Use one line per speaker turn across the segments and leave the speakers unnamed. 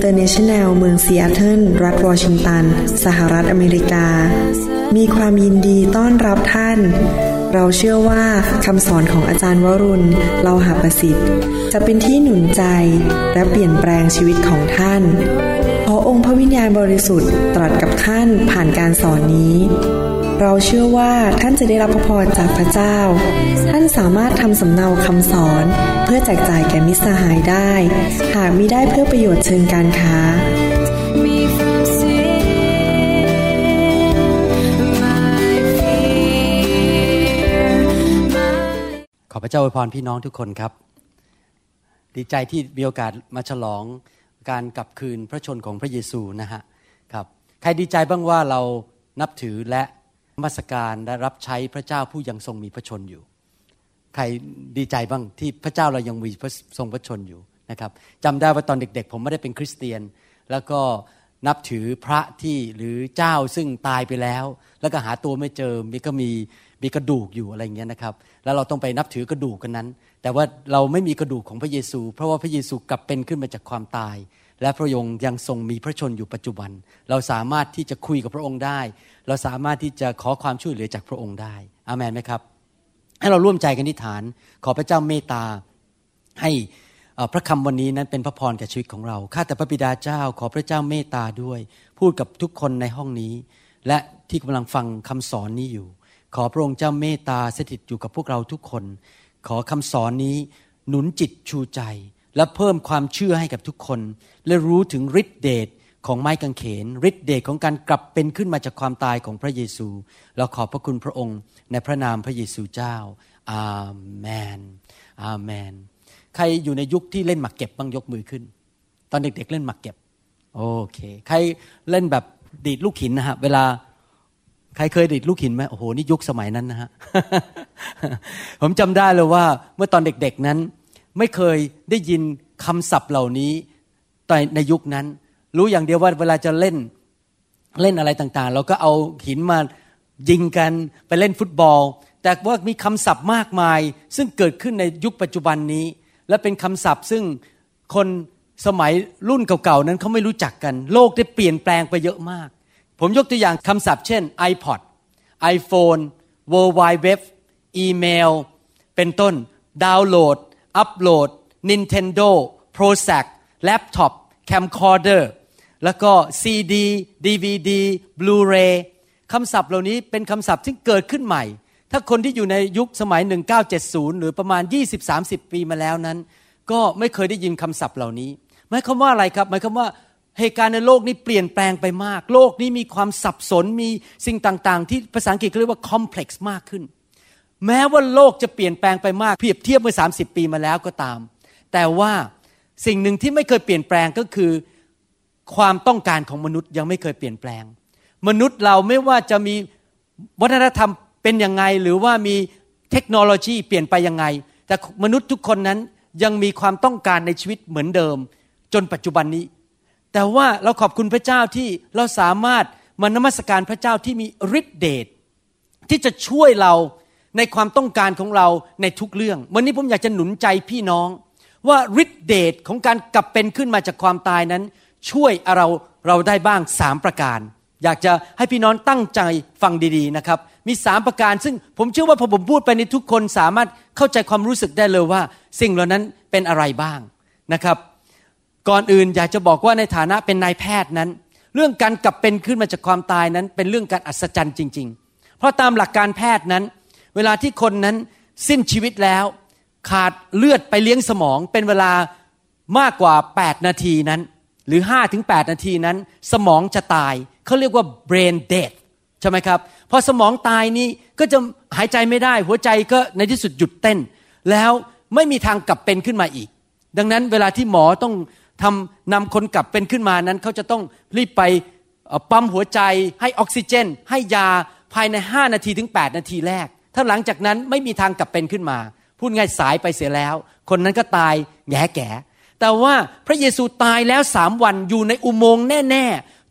อร์เนชั่นแนลเมืองซีแอตเทิลรัฐวอชิงตันสหรัฐอเมริกามีความยินดีต้อนรับท่านเราเชื่อว่าคำสอนของอาจารย์วรุณเลาหะประสิทธิ์จะเป็นที่หนุนใจและเปลี่ยนแปลงชีวิตของท่านขอองค์พระวิญญาณบริสุทธิ์ตรัสกับท่านผ่านการสอนนี้เราเชื่อว่าท่านจะได้รับพระพรจากพระเจ้าท่านสามารถทำสำเนาคำสอนเพื่อแจกจ่ายแก่มิตรสหายได้หากมิได้เพื่อประโยชน์เชิงการค้า
ขอพระเจ้าอวยพรพี่น้องทุกคนครับดีใจที่มีโอกาสมาฉลองการกลับคืนพระชนของพระเยซูนะฮะครับใครดีใจบ้างว่าเรานับถือและนมัสการและรับใช้พระเจ้าผู้ยังทรงมีพระชนอยู่ใครดีใจบ้างที่พระเจ้าเรายังมีพระทรงพระชนอยู่นะครับจำได้ว่าตอนเด็กๆผมไม่ได้เป็นคริสเตียนแล้วก็นับถือพระที่หรือเจ้าซึ่งตายไปแล้วแล้วก็หาตัวไม่เจอมีกระดูกอยู่อะไรอย่างเงี้ยนะครับแล้วเราต้องไปนับถือกระดูกกันนั้นแต่ว่าเราไม่มีกระดูกของพระเยซูเพราะว่าพระเยซูกลับเป็นขึ้นมาจากความตายและพระองค์ยังทรงมีพระชนอยู่ปัจจุบันเราสามารถที่จะคุยกับพระองค์ได้เราสามารถที่จะขอความช่วยเหลือจากพระองค์ได้อาเมนไหมครับให้เราร่วมใจกันอธิษฐานขอพระเจ้าเมตตาให้พระคำวันนี้นั้นเป็นพระพรแก่ชีวิตของเราข้าแต่พระบิดาเจ้าขอพระเจ้าเมตตาด้วยพูดกับทุกคนในห้องนี้และที่กำลังฟังคำสอนนี้อยู่ขอพระองค์เจ้าเมตตาสถิตอยู่กับพวกเราทุกคนขอคำสอนนี้หนุนจิตชูใจและเพิ่มความเชื่อให้กับทุกคนและรู้ถึงฤทธิเดชของไม้กางเขนฤทธิเดชของการกลับเป็นขึ้นมาจากความตายของพระเยซูเราขอบพระคุณพระองค์ในพระนามพระเยซูเจ้าอาเมนอาเมนใครอยู่ในยุคที่เล่นหมากเก็บบ้างยกมือขึ้นตอนเด็กๆเล่นหมากเก็บโอเคใครเล่นแบบดีดลูกหินนะฮะเวลาใครเคยดีดลูกหินไหมโอ้โหนี่ยุคสมัยนั้นนะฮะ ผมจำได้เลยว่าเมื่อตอนเด็กๆนั้นไม่เคยได้ยินคำศัพท์เหล่านี้ในยุคนั้นรู้อย่างเดียวว่าเวลาจะเล่นอะไรต่างๆเราก็เอาหินมายิงกันไปเล่นฟุตบอลแต่ว่ามีคำศัพท์มากมายซึ่งเกิดขึ้นในยุคปัจจุบันนี้และเป็นคำศัพท์ซึ่งคนสมัยรุ่นเก่าๆนั้นเขาไม่รู้จักกันโลกได้เปลี่ยนแปลงไปเยอะมากผมยกตัวอย่างคำศัพท์เช่น iPod iPhone World Wide Web อีเมลเป็นต้นดาวน์โหลดอัปโหลด Nintendo Prozac Laptop Camcorder แล้วก็ CD DVD Blu-ray คำศัพท์เหล่านี้เป็นคำศัพท์ที่เกิดขึ้นใหม่ถ้าคนที่อยู่ในยุคสมัย1970หรือประมาณ 20-30 ปีมาแล้วนั้นก็ไม่เคยได้ยินคำศัพท์เหล่านี้หมายความว่าอะไรครับหมายความว่าเหตุการณ์ในโลกนี้เปลี่ยนแปลงไปมากโลกนี้มีความสับสนมีสิ่งต่างๆที่ภาษาอังกฤษเรียกว่า complex มากขึ้นแม้ว่าโลกจะเปลี่ยนแปลงไปมากเปรียบเทียบเมื่อ30 ปีมาแล้วก็ตามแต่ว่าสิ่งหนึ่งที่ไม่เคยเปลี่ยนแปลงก็คือความต้องการของมนุษย์ยังไม่เคยเปลี่ยนแปลงมนุษย์เราไม่ว่าจะมีวัฒนธรรมเป็นยังไงหรือว่ามีเทคโนโลยีเปลี่ยนไปยังไงแต่มนุษย์ทุกคนนั้นยังมีความต้องการในชีวิตเหมือนเดิมจนปัจจุบันนี้แต่ว่าเราขอบคุณพระเจ้าที่เราสามารถมานมัสการพระเจ้าที่มีฤทธิเดชที่จะช่วยเราในความต้องการของเราในทุกเรื่องวันนี้ผมอยากจะหนุนใจพี่น้องว่าฤทธิเดชของการกลับเป็นขึ้นมาจากความตายนั้นช่วยเราได้บ้าง3ประการอยากจะให้พี่น้องตั้งใจฟังดีๆนะครับมี3ประการซึ่งผมเชื่อว่าพอผมพูดไปในทุกคนสามารถเข้าใจความรู้สึกได้เลยว่าสิ่งเหล่านั้นเป็นอะไรบ้างนะครับก่อนอื่นอยากจะบอกว่าในฐานะเป็นนายแพทย์นั้นเรื่องการกลับเป็นขึ้นมาจากความตายนั้นเป็นเรื่องการอัศจรรย์จริงๆเพราะตามหลักการแพทย์นั้นเวลาที่คนนั้นสิ้นชีวิตแล้วขาดเลือดไปเลี้ยงสมองเป็นเวลามากกว่า8นาทีนั้นหรือ 5-8 นาทีนั้นสมองจะตายเขาเรียกว่า brain death ใช่ไหมครับพอสมองตายนี้ก็จะหายใจไม่ได้หัวใจก็ในที่สุดหยุดเต้นแล้วไม่มีทางกลับเป็นขึ้นมาอีกดังนั้นเวลาที่หมอต้องนำคนกลับเป็นขึ้นมานั้นเขาจะต้องรีบไปปั๊มหัวใจให้ออกซิเจนให้ยาภายใน5นาทีถึง8นาทีแรกถ้าหลังจากนั้นไม่มีทางกลับเป็นขึ้นมาพูดง่ายสายไปเสียแล้วคนนั้นก็ตายแง่แต่ว่าพระเยซูตายแล้ว3วันอยู่ในอุโมงค์แน่ๆ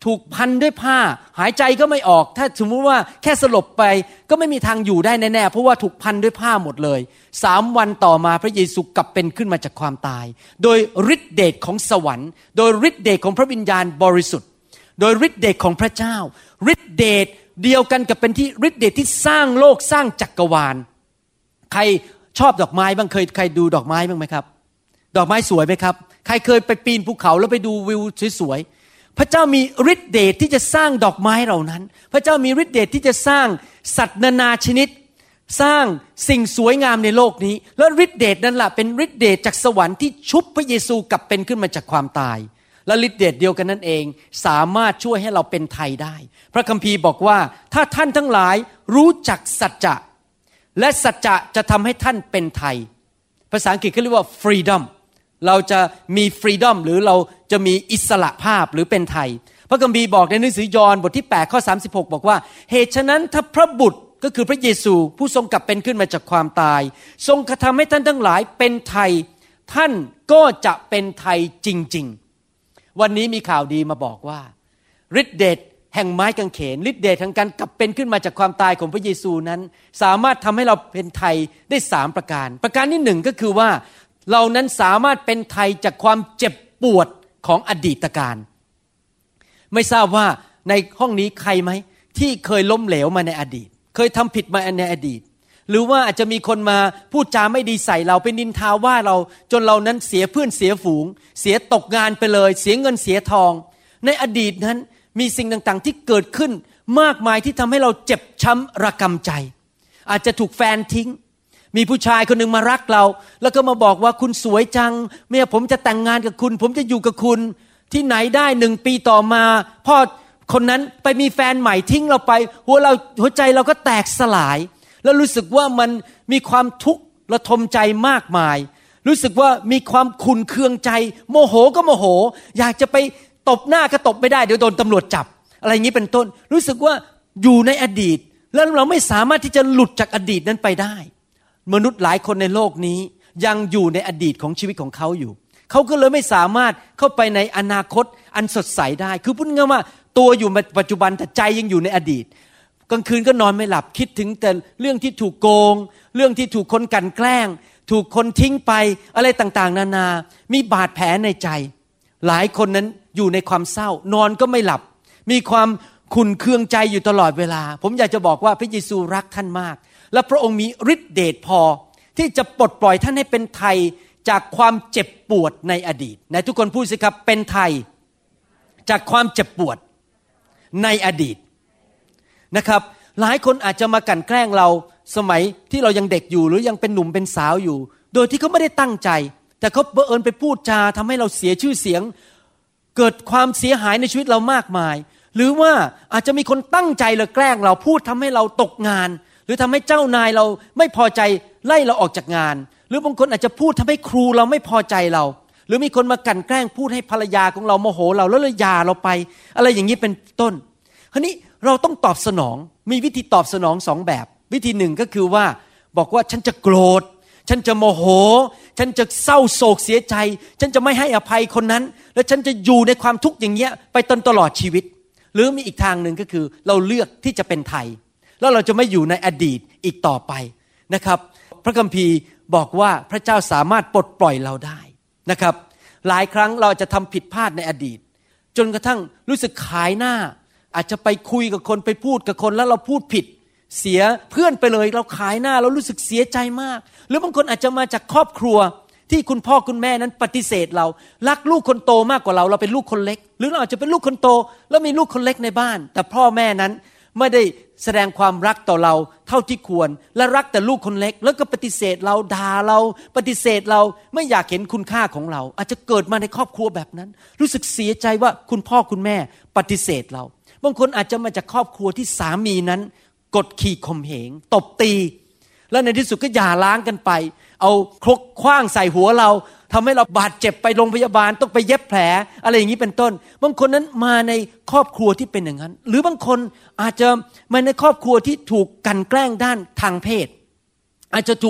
ถูกพันด้วยผ้าหายใจก็ไม่ออกถ้าสมมุติว่าแค่สลบไปก็ไม่มีทางอยู่ได้แน่ๆเพราะว่าถูกพันด้วยผ้าหมดเลย3 วันต่อมาพระเยซูกลับเป็นขึ้นมาจากความตายโดยฤทธิเดชของสวรรค์โดยฤทธิเดชของพระวิญญาณบริสุทธิ์โดยฤทธิเดชของพระเจ้าฤทธิเดชเดียวกันกับเป็นที่ฤทธิเดชที่สร้างโลกสร้างจักรวาลใครชอบดอกไม้บ้างเคยใครดูดอกไม้บ้างไหมครับดอกไม้สวยไหมครับใครเคยไปปีนภูเขาแล้วไปดูวิวสวยๆพระเจ้ามีฤทธิเดชที่จะสร้างดอกไม้เหล่านั้นพระเจ้ามีฤทธิเดชที่จะสร้างสัตว์นานาชนิดสร้างสิ่งสวยงามในโลกนี้แล้วฤทธิเดชนั้นล่ะเป็นฤทธิเดชจากสวรรค์ที่ชุบพระเยซูกลับเป็นขึ้นมาจากความตายและฤทธิเดชเดียวกันนั่นเองสามารถช่วยให้เราเป็นไทยได้พระคัมภีร์บอกว่าถ้าท่านทั้งหลายรู้จักสัจจะและสัจจะจะทำให้ท่านเป็นไทยภาษาอังกฤษเขาเรียกว่า freedom เราจะมี freedom หรือเราจะมีอิสระภาพหรือเป็นไทยพระคัมภีร์บอกในหนังสือยอห์นบทที่8ข้อ36บอกว่าเหตุฉะนั้นถ้าพระบุตรก็คือพระเยซูผู้ทรงกลับเป็นขึ้นมาจากความตายทรงกระทำให้ท่านทั้งหลายเป็นไทยท่านก็จะเป็นไทยจริงๆวันนี้มีข่าวดีมาบอกว่าฤทธิเดชแห่งไม้กางเขนฤทธิเดชแห่งการกลับเป็นขึ้นมาจากความตายของพระเยซูนั้นสามารถทำให้เราเป็นไทยได้3ประการประการที่1ก็คือว่าเรานั้นสามารถเป็นไทยจากความเจ็บปวดของอดีตการไม่ทราบว่าในห้องนี้ใครไหมที่เคยล้มเหลวมาในอดีตเคยทำผิดมาในอดีตหรือว่าอาจจะมีคนมาพูดจาไม่ดีใส่เราเป็นนินทาว่าเราจนเรานั้นเสียเพื่อนเสียฝูงเสียตกงานไปเลยเสียเงินเสียทองในอดีตนั้นมีสิ่งต่างๆที่เกิดขึ้นมากมายที่ทำให้เราเจ็บช้ำระกำใจอาจจะถูกแฟนทิ้งมีผู้ชายคนหนึ่งมารักเราแล้วก็มาบอกว่าคุณสวยจังเมียผมจะแต่งงานกับคุณผมจะอยู่กับคุณที่ไหนได้1 ปีต่อมาพ่อคนนั้นไปมีแฟนใหม่ทิ้งเราไปหัวใจเราก็แตกสลายแล้วรู้สึกว่ามันมีความทุกข์ระทมใจมากมายรู้สึกว่ามีความขุ่นเคืองใจโมโหก็โมโหอยากจะไปตบหน้าก็ตบไม่ได้เดี๋ยวโดนตำรวจจับอะไรอย่างนี้เป็นต้นรู้สึกว่าอยู่ในอดีตแล้วเราไม่สามารถที่จะหลุดจากอดีตนั้นไปได้มนุษย์หลายคนในโลกนี้ยังอยู่ในอดีตของชีวิตของเขาอยู่เขาก็เลยไม่สามารถเข้าไปในอนาคตอันสดใสได้คือพูดง่ายว่าตัวอยู่ในปัจจุบันแต่ใจยังอยู่ในอดีตกลางคืนก็นอนไม่หลับคิดถึงแต่เรื่องที่ถูกโกงเรื่องที่ถูกคนกลั่นแกล้งถูกคนทิ้งไปอะไรต่างๆนานามีบาดแผลในใจหลายคนนั้นอยู่ในความเศร้านอนก็ไม่หลับมีความขุ่นเคืองใจอยู่ตลอดเวลาผมอยากจะบอกว่าพระเยซูรักท่านมากและพระองค์มีฤทธิ์เดชพอที่จะปลดปล่อยท่านให้เป็นไทยจากความเจ็บปวดในอดีตไหนทุกคนพูดสิครับเป็นไทยจากความเจ็บปวดในอดีตนะครับหลายคนอาจจะมากลั่นแกล้งเราสมัยที่เรายังเด็กอยู่หรือยังเป็นหนุ่มเป็นสาวอยู่โดยที่เขาไม่ได้ตั้งใจแต่เขาบังเอิญไปพูดจาทำให้เราเสียชื่อเสียงเกิดความเสียหายในชีวิตเรามากมายหรือว่าอาจจะมีคนตั้งใจเลยแกล้งเราพูดทำให้เราตกงานหรือทำให้เจ้านายเราไม่พอใจไล่เราออกจากงานหรือบางคนอาจจะพูดทำให้ครูเราไม่พอใจเราหรือมีคนมากลั่นแกล้งพูดให้ภรรยาของเราโมโหเราแล้วเลยหย่าเราไปอะไรอย่างนี้เป็นต้นคราวนี้เราต้องตอบสนองมีวิธีตอบสนอง2แบบวิธี1ก็คือว่าบอกว่าฉันจะโกรธฉันจะโมโหฉันจะเศร้าโศกเสียใจฉันจะไม่ให้อภัยคนนั้นและฉันจะอยู่ในความทุกข์อย่างเงี้ยไปตลอดชีวิตหรือมีอีกทางหนึ่งก็คือเราเลือกที่จะเป็นไทยแล้วเราจะไม่อยู่ในอดีตอีกต่อไปนะครับพระคัมภีร์บอกว่าพระเจ้าสามารถปลดปล่อยเราได้นะครับหลายครั้งเราจะทำผิดพลาดในอดีตจนกระทั่งรู้สึกขายหน้าอาจจะไปคุยกับคนไปพูดกับคนแล้วเราพูดผิดเสียเพื่อนไปเลยเราขายหน้าเรารู้สึกเสียใจมากหรือบางคนอาจจะมาจากครอบครัวที่คุณพ่อคุณแม่นั้นปฏิเสธเรารักลูกคนโตมากกว่าเราเป็นลูกคนเล็กหรือเราอาจจะเป็นลูกคนโตแล้วมีลูกคนเล็กในบ้านแต่พ่อแม่นั้นไม่ได้แสดงความรักต่อเราเท่าที่ควรและรักแต่ลูกคนเล็กแล้วก็ปฏิเสธเราด่าเราปฏิเสธเราไม่อยากเห็นคุณค่าของเราอาจจะเกิดมาในครอบครัวแบบนั้นรู้สึกเสียใจว่าคุณพ่อคุณแม่ปฏิเสธเราบางคนอาจจะมาจากครอบครัวที่สามีนั้นกดขี่ข่มเหงตบตีแล้วในที่สุดก็หย่าร้างกันไปเอาครกขว้างใส่หัวเราทำให้เราบาดเจ็บไปโรงพยาบาลต้องไปเย็บแผลอะไรอย่างนี้เป็นต้นบางคนนั้นมาในครอบครัวที่เป็นอย่างนั้นหรือบางคนอาจจะมาในครอบครัวที่ถูกกลั่นแกล้งด้านทางเพศอาจจะถูก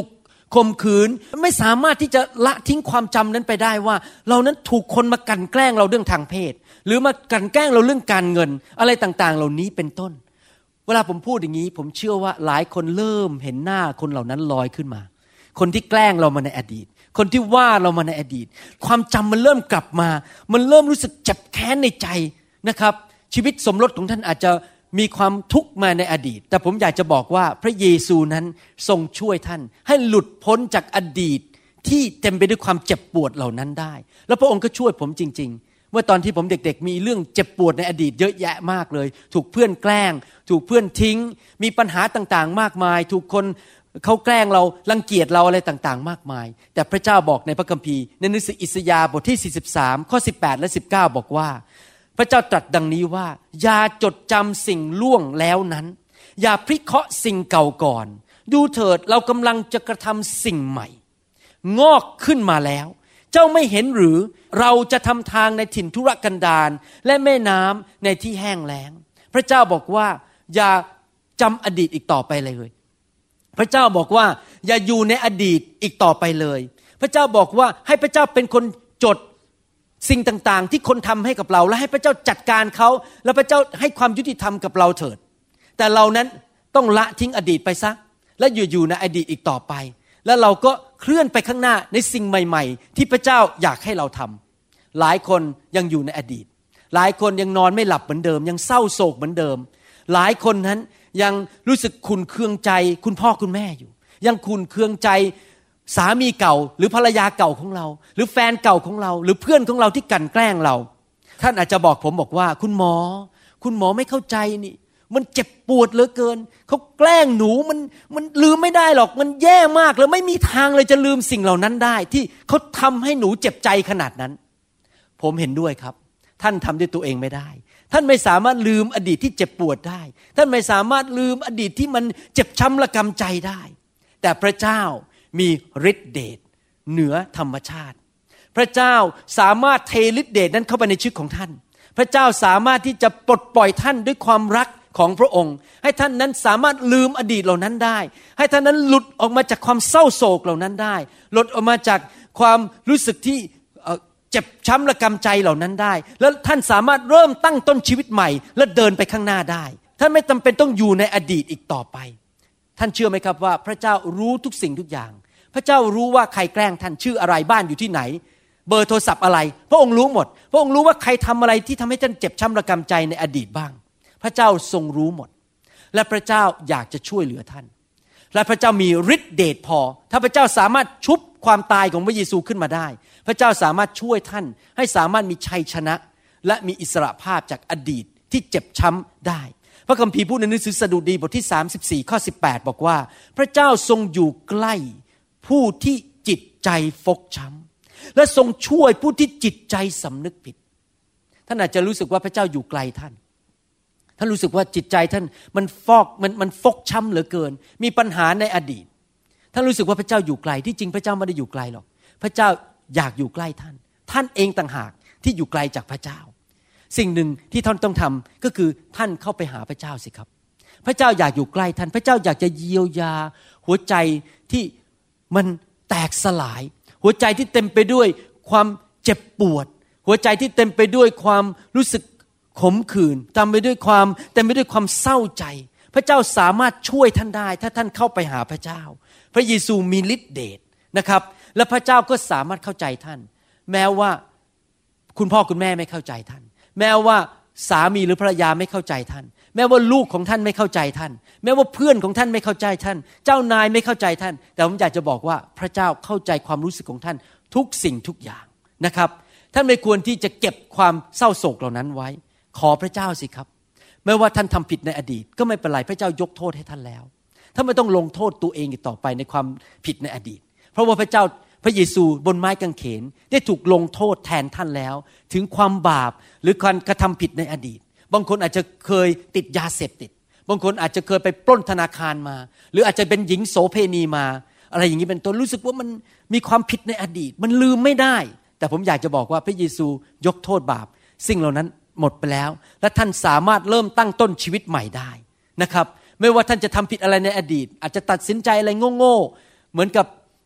ข่มขืนไม่สามารถที่จะละทิ้งความจำนั้นไปได้ว่าเรานั้นถูกคนมากลั่นแกล้งเราเรื่องทางเพศหรือมากลั่นแกล้งเราเรื่องการเงินอะไรต่างๆเหล่านี้เป็นต้นเวลาผมพูดอย่างนี้ผมเชื่อว่าหลายคนเริ่มเห็นหน้าคนเหล่านั้นลอยขึ้นมาคนที่แกล้งเรามาในอดีตคนที่ว่าเรามาในอดีตความจำมันเริ่มกลับมามันเริ่มรู้สึกเจ็บแค้นในใจนะครับชีวิตสมรสของท่านอาจจะมีความทุกข์มาในอดีตแต่ผมอยากจะบอกว่าพระเยซูนั้นทรงช่วยท่านให้หลุดพ้นจากอดีตที่เต็มไปด้วยความเจ็บปวดเหล่านั้นได้แล้วพระองค์ก็ช่วยผมจริงๆเมื่อตอนที่ผมเด็กๆมีเรื่องเจ็บปวดในอดีตเยอะแยะมากเลยถูกเพื่อนแกล้งถูกเพื่อนทิ้งมีปัญหาต่างๆมากมายถูกคนเขาแกล้งเรารังเกียจเราอะไรต่างๆมากมายแต่พระเจ้าบอกในพระคัมภีร์ในหนังสืออิสยาห์บทที่43ข้อ18และ19บอกว่าพระเจ้าตรัสดังนี้ว่าอย่าจดจำสิ่งล่วงแล้วนั้นอย่าพิเคราะห์สิ่งเก่าก่อนดูเถิดเรากำลังจะกระทำสิ่งใหม่งอกขึ้นมาแล้วเจ้าไม่เห็นหรือเราจะทำทางในถิ่นทุรกันดารและแม่น้ำในที่แห้งแล้งพระเจ้าบอกว่าอย่าจำอดีตอีกต่อไปเลยพระเจ้าบอกว่าอย่าอยู่ในอดีตอีกต่อไปเลยพระเจ้าบอกว่าให้พระเจ้าเป็นคนจดสิ่งต่างๆที่คนทำให้กับเราและให้พระเจ้าจัดการเขาแล้วพระเจ้าให้ความยุติธรรมกับเราเถิดแต่เรานั้นต้องละทิ้งอดีตไปซะและอยู่ในอดีตอีกต่อไปแล้วเราก็เคลื่อนไปข้างหน้าในสิ่งใหม่ๆที่พระเจ้าอยากให้เราทำหลายคนยังอยู่ในอดีตหลายคนยังนอนไม่หลับเหมือนเดิมยังเศร้าโศกเหมือนเดิมหลายคนนั้นยังรู้สึกขุ่นเคืองใจคุณพ่อคุณแม่อยู่ยังขุ่นเคืองใจสามีเก่าหรือภรรยาเก่าของเราหรือแฟนเก่าของเราหรือเพื่อนของเราที่กลั่นแกล้งเราท่านอาจจะบอกผมบอกว่าคุณหมอไม่เข้าใจนี่มันเจ็บปวดเหลือเกินเขาแกล้งหนูมันลืมไม่ได้หรอกมันแย่มากแล้วไม่มีทางเลยจะลืมสิ่งเหล่านั้นได้ที่เขาทำให้หนูเจ็บใจขนาดนั้นผมเห็นด้วยครับท่านทำด้วยตัวเองไม่ได้ท่านไม่สามารถลืมอดีตที่เจ็บปวดได้ท่านไม่สามารถลืมอดีตที่มันเจ็บช้ำระกำใจได้แต่พระเจ้ามีฤทธิเดชเหนือธรรมชาติพระเจ้าสามารถเทฤทธิเดชนั้นเข้าไปในชีวิตของท่านพระเจ้าสามารถที่จะปลดปล่อยท่านด้วยความรักของพระองค์ให้ท่านนั้นสามารถลืมอดีตเหล่านั้นได้ให้ท่านนั้นหลุดออกมาจากความเศร้าโศกเหล่านั้นได้หลุดออกมาจากความรู้สึกที่เจ็บช้ำระกำใจเหล่านั้นได้แล้วท่านสามารถเริ่มตั้งต้นชีวิตใหม่และเดินไปข้างหน้าได้ท่านไม่จำเป็นต้องอยู่ในอดีตอีกต่อไปท่านเชื่อไหมครับว่าพระเจ้ารู้ทุกสิ่งทุกอย่างพระเจ้ารู้ว่าใครแกล้งท่านชื่ออะไรบ้านอยู่ที่ไหนเบอร์โทรศัพท์อะไรพระองค์รู้หมดพระองค์รู้ว่าใครทำอะไรที่ทำให้ท่านเจ็บช้ำระกำใจในอดีตบ้างพระเจ้าทรงรู้หมดและพระเจ้าอยากจะช่วยเหลือท่านและพระเจ้ามีฤทธิ์เดชพอถ้าพระเจ้าสามารถชุบความตายของพระเยซูขึ้นมาได้พระเจ้าสามารถช่วยท่านให้สามารถมีชัยชนะและมีอิสรภาพจากอดีตที่เจ็บช้ำได้พระคัมภีร์พูดในหนังสือสดุดีบทที่34ข้อ18บอกว่าพระเจ้าทรงอยู่ใกล้ผู้ที่จิตใจฟกช้ำและทรงช่วยผู้ที่จิตใจสำนึกผิดท่านอาจจะรู้สึกว่าพระเจ้าอยู่ไกลท่านรู้สึกว่าจิตใจท่านมันฟกช้ำเหลือเกินมีปัญหาในอดีตท่านรู้สึกว่าพระเจ้าอยู่ไกลที่จริงพระเจ้าไม่ได้อยู่ไกลหรอกพระเจ้าอยากอยู่ใกล้ท่านเองต่างหากที่อยู่ไกลจากพระเจ้าสิ่งหนึ่งที่ท่านต้องทำก็คือท่านเข้าไปหาพระเจ้าสิครับพระเจ้าอยากอยู่ใกล้ท่านพระเจ้าอยากจะเยียวยาหัวใจที่มันแตกสลายหัวใจที่เต็มไปด้วยความเจ็บปวดหัวใจที่เต็มไปด้วยความรู้สึกขมขื่นเต็มไปด้วยความเศร้าใจพระเจ้าสามารถช่วยท่านได้ถ้าท่านเข้าไปหาพระเจ้าพระเยซูมีฤทธิ์เดชนะครับและพระเจ้าก็สามารถเข้าใจท่านแม้ว่าคุณพ่อคุณแม่ไม่เข้าใจท่านแม้ว่าสามีหรือภรรยาไม่เข้าใจท่านแม้ว่าลูกของท่านไม่เข้าใจท่านแม้ว่าเพื่อนของท่านไม่เข้าใจท่านเจ้านายไม่เข้าใจท่านแต่ผมอยากจะบอกว่าพระเจ้าเข้าใจความรู้สึกของท่านทุกสิ่งทุกอย่างนะครับท่านไม่ควรที่จะเก็บความเศร้าโศกเหล่านั้นไว้ขอพระเจ้าสิครับไม่ว่าท่านทำผิดในอดีตก็ไม่เป็นไรพระเจ้ายกโทษให้ท่านแล้วท่านไม่ต้องลงโทษตัวเองอีกต่อไปในความผิดในอดีตเพราะว่าพระเยซูบนไม้กางเขนได้ถูกลงโทษแทนท่านแล้วถึงความบาปหรือการกระทำผิดในอดีตบางคนอาจจะเคยติดยาเสพติดบางคนอาจจะเคยไปปล้นธนาคารมาหรืออาจจะเป็นหญิงโสเภณีมาอะไรอย่างนี้เป็นต้นรู้สึกว่ามันมีความผิดในอดีตมันลืมไม่ได้แต่ผมอยากจะบอกว่าพระเยซูยกโทษบาปสิ่งเหล่านั้นหมดไปแล้วและท่านสามารถเริ่มตั้งต้นชีวิตใหม่ได้นะครับไม่ว่าท่านจะทำผิดอะไรในอดีตอาจจะตัดสินใจอะไรโง่ๆเหมือนกับ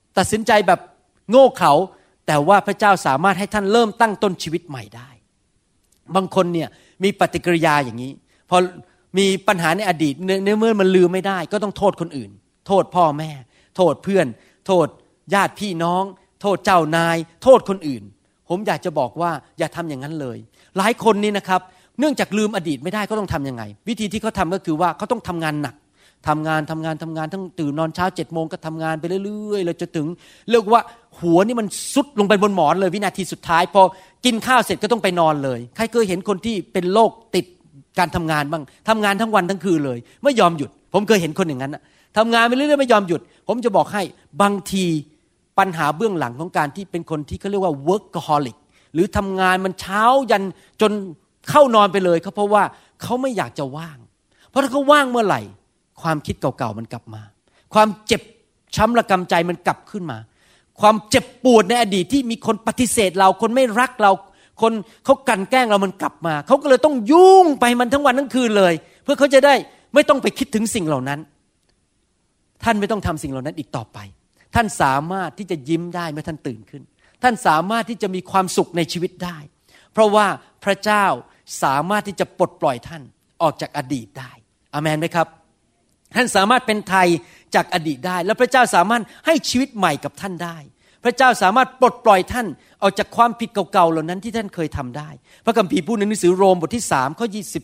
ตัดสินใจแบบโง่เขลาแต่ว่าพระเจ้าสามารถให้ท่านเริ่มตั้งต้นชีวิตใหม่ได้บางคนเนี่ยมีปฏิกิริยาอย่างนี้พอมีปัญหาในอดีตเมื่อมันลืมไม่ได้ก็ต้องโทษคนอื่นโทษพ่อแม่โทษเพื่อนโทษญาติพี่น้องโทษเจ้านายโทษคนอื่นผมอยากจะบอกว่าอย่าทำอย่างนั้นเลยหลายคนนี่นะครับเนื่องจากลืมอดีตไม่ได้ก็ต้องทำยังไงวิธีที่เขาทำก็คือว่าเขาต้องทำงานหนักทำงานทั้งตื่นนอนเช้า7 โมงก็ทำงานไปเรื่อยๆเลยจนถึงเรียกว่าหัวนี่มันซุดลงไปบนหมอนเลยวินาทีสุดท้ายพอกินข้าวเสร็จก็ต้องไปนอนเลยใครเคยเห็นคนที่เป็นโรคติดการทำงานบ้างทำงานทั้งวันทั้งคืนเลยไม่ยอมหยุดผมเคยเห็นคนอย่างนั้นทำงานไปเรื่อยๆไม่ยอมหยุดผมจะบอกให้บางทีปัญหาเบื้องหลังของการที่เป็นคนที่เขาเรียกว่า workaholic หรือทำงานมันเช้ายันจนเข้านอนไปเลยเพราะว่าเขาไม่อยากจะว่างเพราะถ้าเขาว่างเมื่อไหร่ความคิดเก่าๆมันกลับมาความเจ็บช้ำระกำใจมันกลับขึ้นมาความเจ็บปวดในอดีตที่มีคนปฏิเสธเราคนไม่รักเราคนเขากลั่นแกล้งเรามันกลับมาเขาก็เลยต้องยุ่งไปมันทั้งวันทั้งคืนเลยเพื่อเขาจะได้ไม่ต้องไปคิดถึงสิ่งเหล่านั้นท่านไม่ต้องทำสิ่งเหล่านั้นอีกต่อไปท่านสามารถที่จะยิ้มได้เมื่อท่านตื่นขึ้นท่านสามารถที่จะมีความสุขในชีวิตได้เพราะว่าพระเจ้าสามารถที่จะปลดปล่อยท่านออกจากอดีตได้อาเมนไหมครับท่านสามารถเป็นไทยจากอดีตได้และพระเจ้าสามารถให้ชีวิตใหม่กับท่านได้พระเจ้าสามารถปลดปล่อยท่านออกจากความผิดเก่าๆเหล่านั้นที่ท่านเคยทำได้พระคัมภีร์พูดในหนังสือโรมบทที่3ข้อ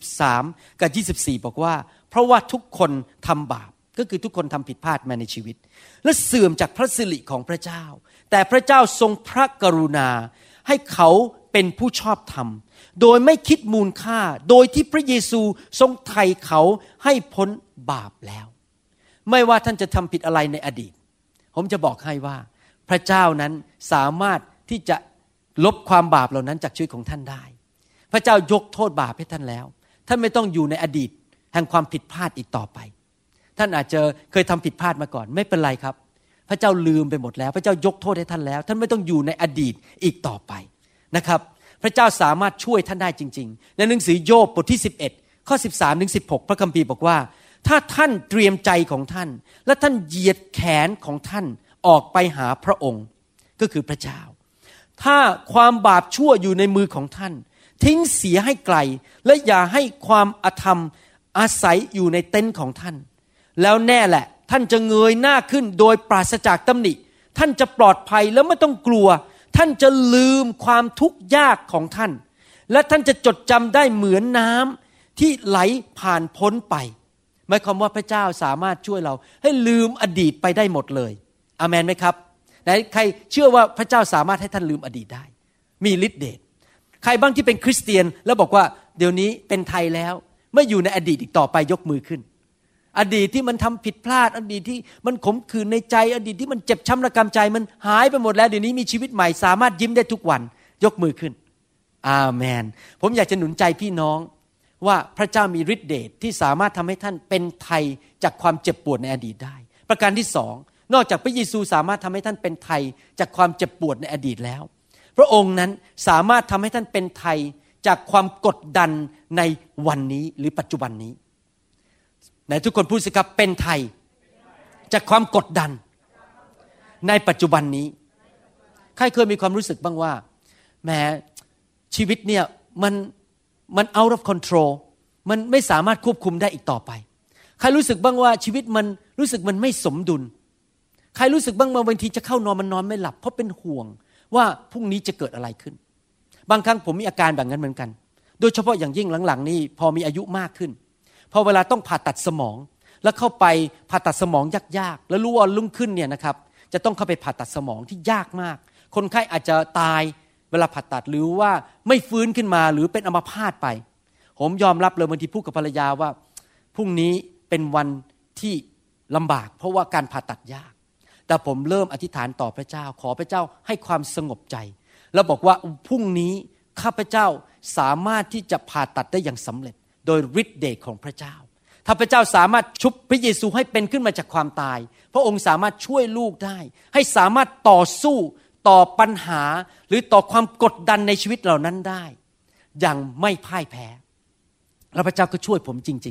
23กับ24บอกว่าเพราะว่าทุกคนทำบาปก็คือทุกคนทำผิดพลาดมาในชีวิตและเสื่อมจากพระสิริของพระเจ้าแต่พระเจ้าทรงพระกรุณาให้เขาเป็นผู้ชอบธรรมโดยไม่คิดมูลค่าโดยที่พระเยซูทรงไถ่เขาให้พ้นบาปแล้วไม่ว่าท่านจะทำผิดอะไรในอดีตผมจะบอกให้ว่าพระเจ้านั้นสามารถที่จะลบความบาปเหล่านั้นจากชีวิตของท่านได้พระเจ้ายกโทษบาปให้ท่านแล้วท่านไม่ต้องอยู่ในอดีตแห่งความผิดพลาดอีกต่อไปท่านอาจจะเคยทำผิดพลาดมาก่อนไม่เป็นไรครับพระเจ้าลืมไปหมดแล้วพระเจ้ายกโทษให้ท่านแล้วท่านไม่ต้องอยู่ในอดีตอีกต่อไปนะครับพระเจ้าสามารถช่วยท่านได้จริงๆในหนังสือโยบบทที่11ข้อ13ถึง16พระคัมภีร์บอกว่าถ้าท่านเตรียมใจของท่านและท่านเหยียดแขนของท่านออกไปหาพระองค์ก็คือพระเจ้าถ้าความบาปชั่วอยู่ในมือของท่านทิ้งเสียให้ไกลและอย่าให้ความอธรรมอาศัยอยู่ในเต็นท์ของท่านแล้วแน่แหละท่านจะเงยหน้าขึ้นโดยปราศจากตำหนิท่านจะปลอดภัยแล้วไม่ต้องกลัวท่านจะลืมความทุกข์ยากของท่านและท่านจะจดจำได้เหมือนน้ำที่ไหลผ่านพ้นไปหมายความว่าพระเจ้าสามารถช่วยเราให้ลืมอดีตไปได้หมดเลยอาเมนไหมครับไหนใครเชื่อว่าพระเจ้าสามารถให้ท่านลืมอดีตได้มีฤทธิ์เดชใครบ้างที่เป็นคริสเตียนแล้วบอกว่าเดี๋ยวนี้เป็นไทยแล้วไม่อยู่ในอดีตอีกต่อไปยกมือขึ้นอดีตที่มันทำผิดพลาดอดีตที่มันขมขื่นในใจอดีตที่มันเจ็บช้ำระกำใจมันหายไปหมดแล้วเดี๋ยวนี้มีชีวิตใหม่สามารถยิ้มได้ทุกวันยกมือขึ้นอาเมนผมอยากจะหนุนใจพี่น้องว่าพระเจ้ามีฤทธิ์เดชที่สามารถทำให้ท่านเป็นไทยจากความเจ็บปวดในอดีตได้ประการที่2นอกจากพระเยซูสามารถทำให้ท่านเป็นไทยจากความเจ็บปวดในอดีตแล้วพระองค์นั้นสามารถทำให้ท่านเป็นไทยจากความกดดันในวันนี้หรือปัจจุบันนี้ไหนทุกคนพูดสิครับเป็นไทยจากความกดดันในปัจจุบันนี้ใครเคยมีความรู้สึกบ้างว่าแหมชีวิตเนี่ยมัน out of control มันไม่สามารถควบคุมได้อีกต่อไปใครรู้สึกบ้างว่าชีวิตมันรู้สึกมันไม่สมดุลใครรู้สึกบ้างว่าบางทีจะเข้านอนมันนอนไม่หลับเพราะเป็นห่วงว่าพรุ่งนี้จะเกิดอะไรขึ้นบางครั้งผมมีอาการแบบนั้นเหมือนกันโดยเฉพาะอย่างยิ่งหลังๆนี่พอมีอายุมากขึ้นพอเวลาต้องผ่าตัดสมองแล้วเข้าไปผ่าตัดสมองยากๆแล้วรู้ว่ารุ่งขึ้นเนี่ยนะครับจะต้องเข้าไปผ่าตัดสมองที่ยากมากคนไข้อาจจะตายเวลาผ่าตัดหรือว่าไม่ฟื้นขึ้นมาหรือเป็นอัมพาตไปผมยอมรับเลยบางทีพูดกับภรรยาว่าพรุ่งนี้เป็นวันที่ลำบากเพราะว่าการผ่าตัดยากแต่ผมเริ่มอธิษฐานต่อพระเจ้าขอพระเจ้าให้ความสงบใจแล้วบอกว่าพรุ่งนี้ข้าพเจ้าสามารถที่จะผ่าตัดได้อย่างสำเร็จโดยฤทธิ์เดชของพระเจ้าถ้าพระเจ้าสามารถชุบพระเยซูให้เป็นขึ้นมาจากความตายพระองค์สามารถช่วยลูกได้ให้สามารถต่อสู้ต่อปัญหาหรือต่อความกดดันในชีวิตเหล่านั้นได้อย่างไม่พ่ายแพ้แล้วพระเจ้าก็ช่วยผมจริงๆ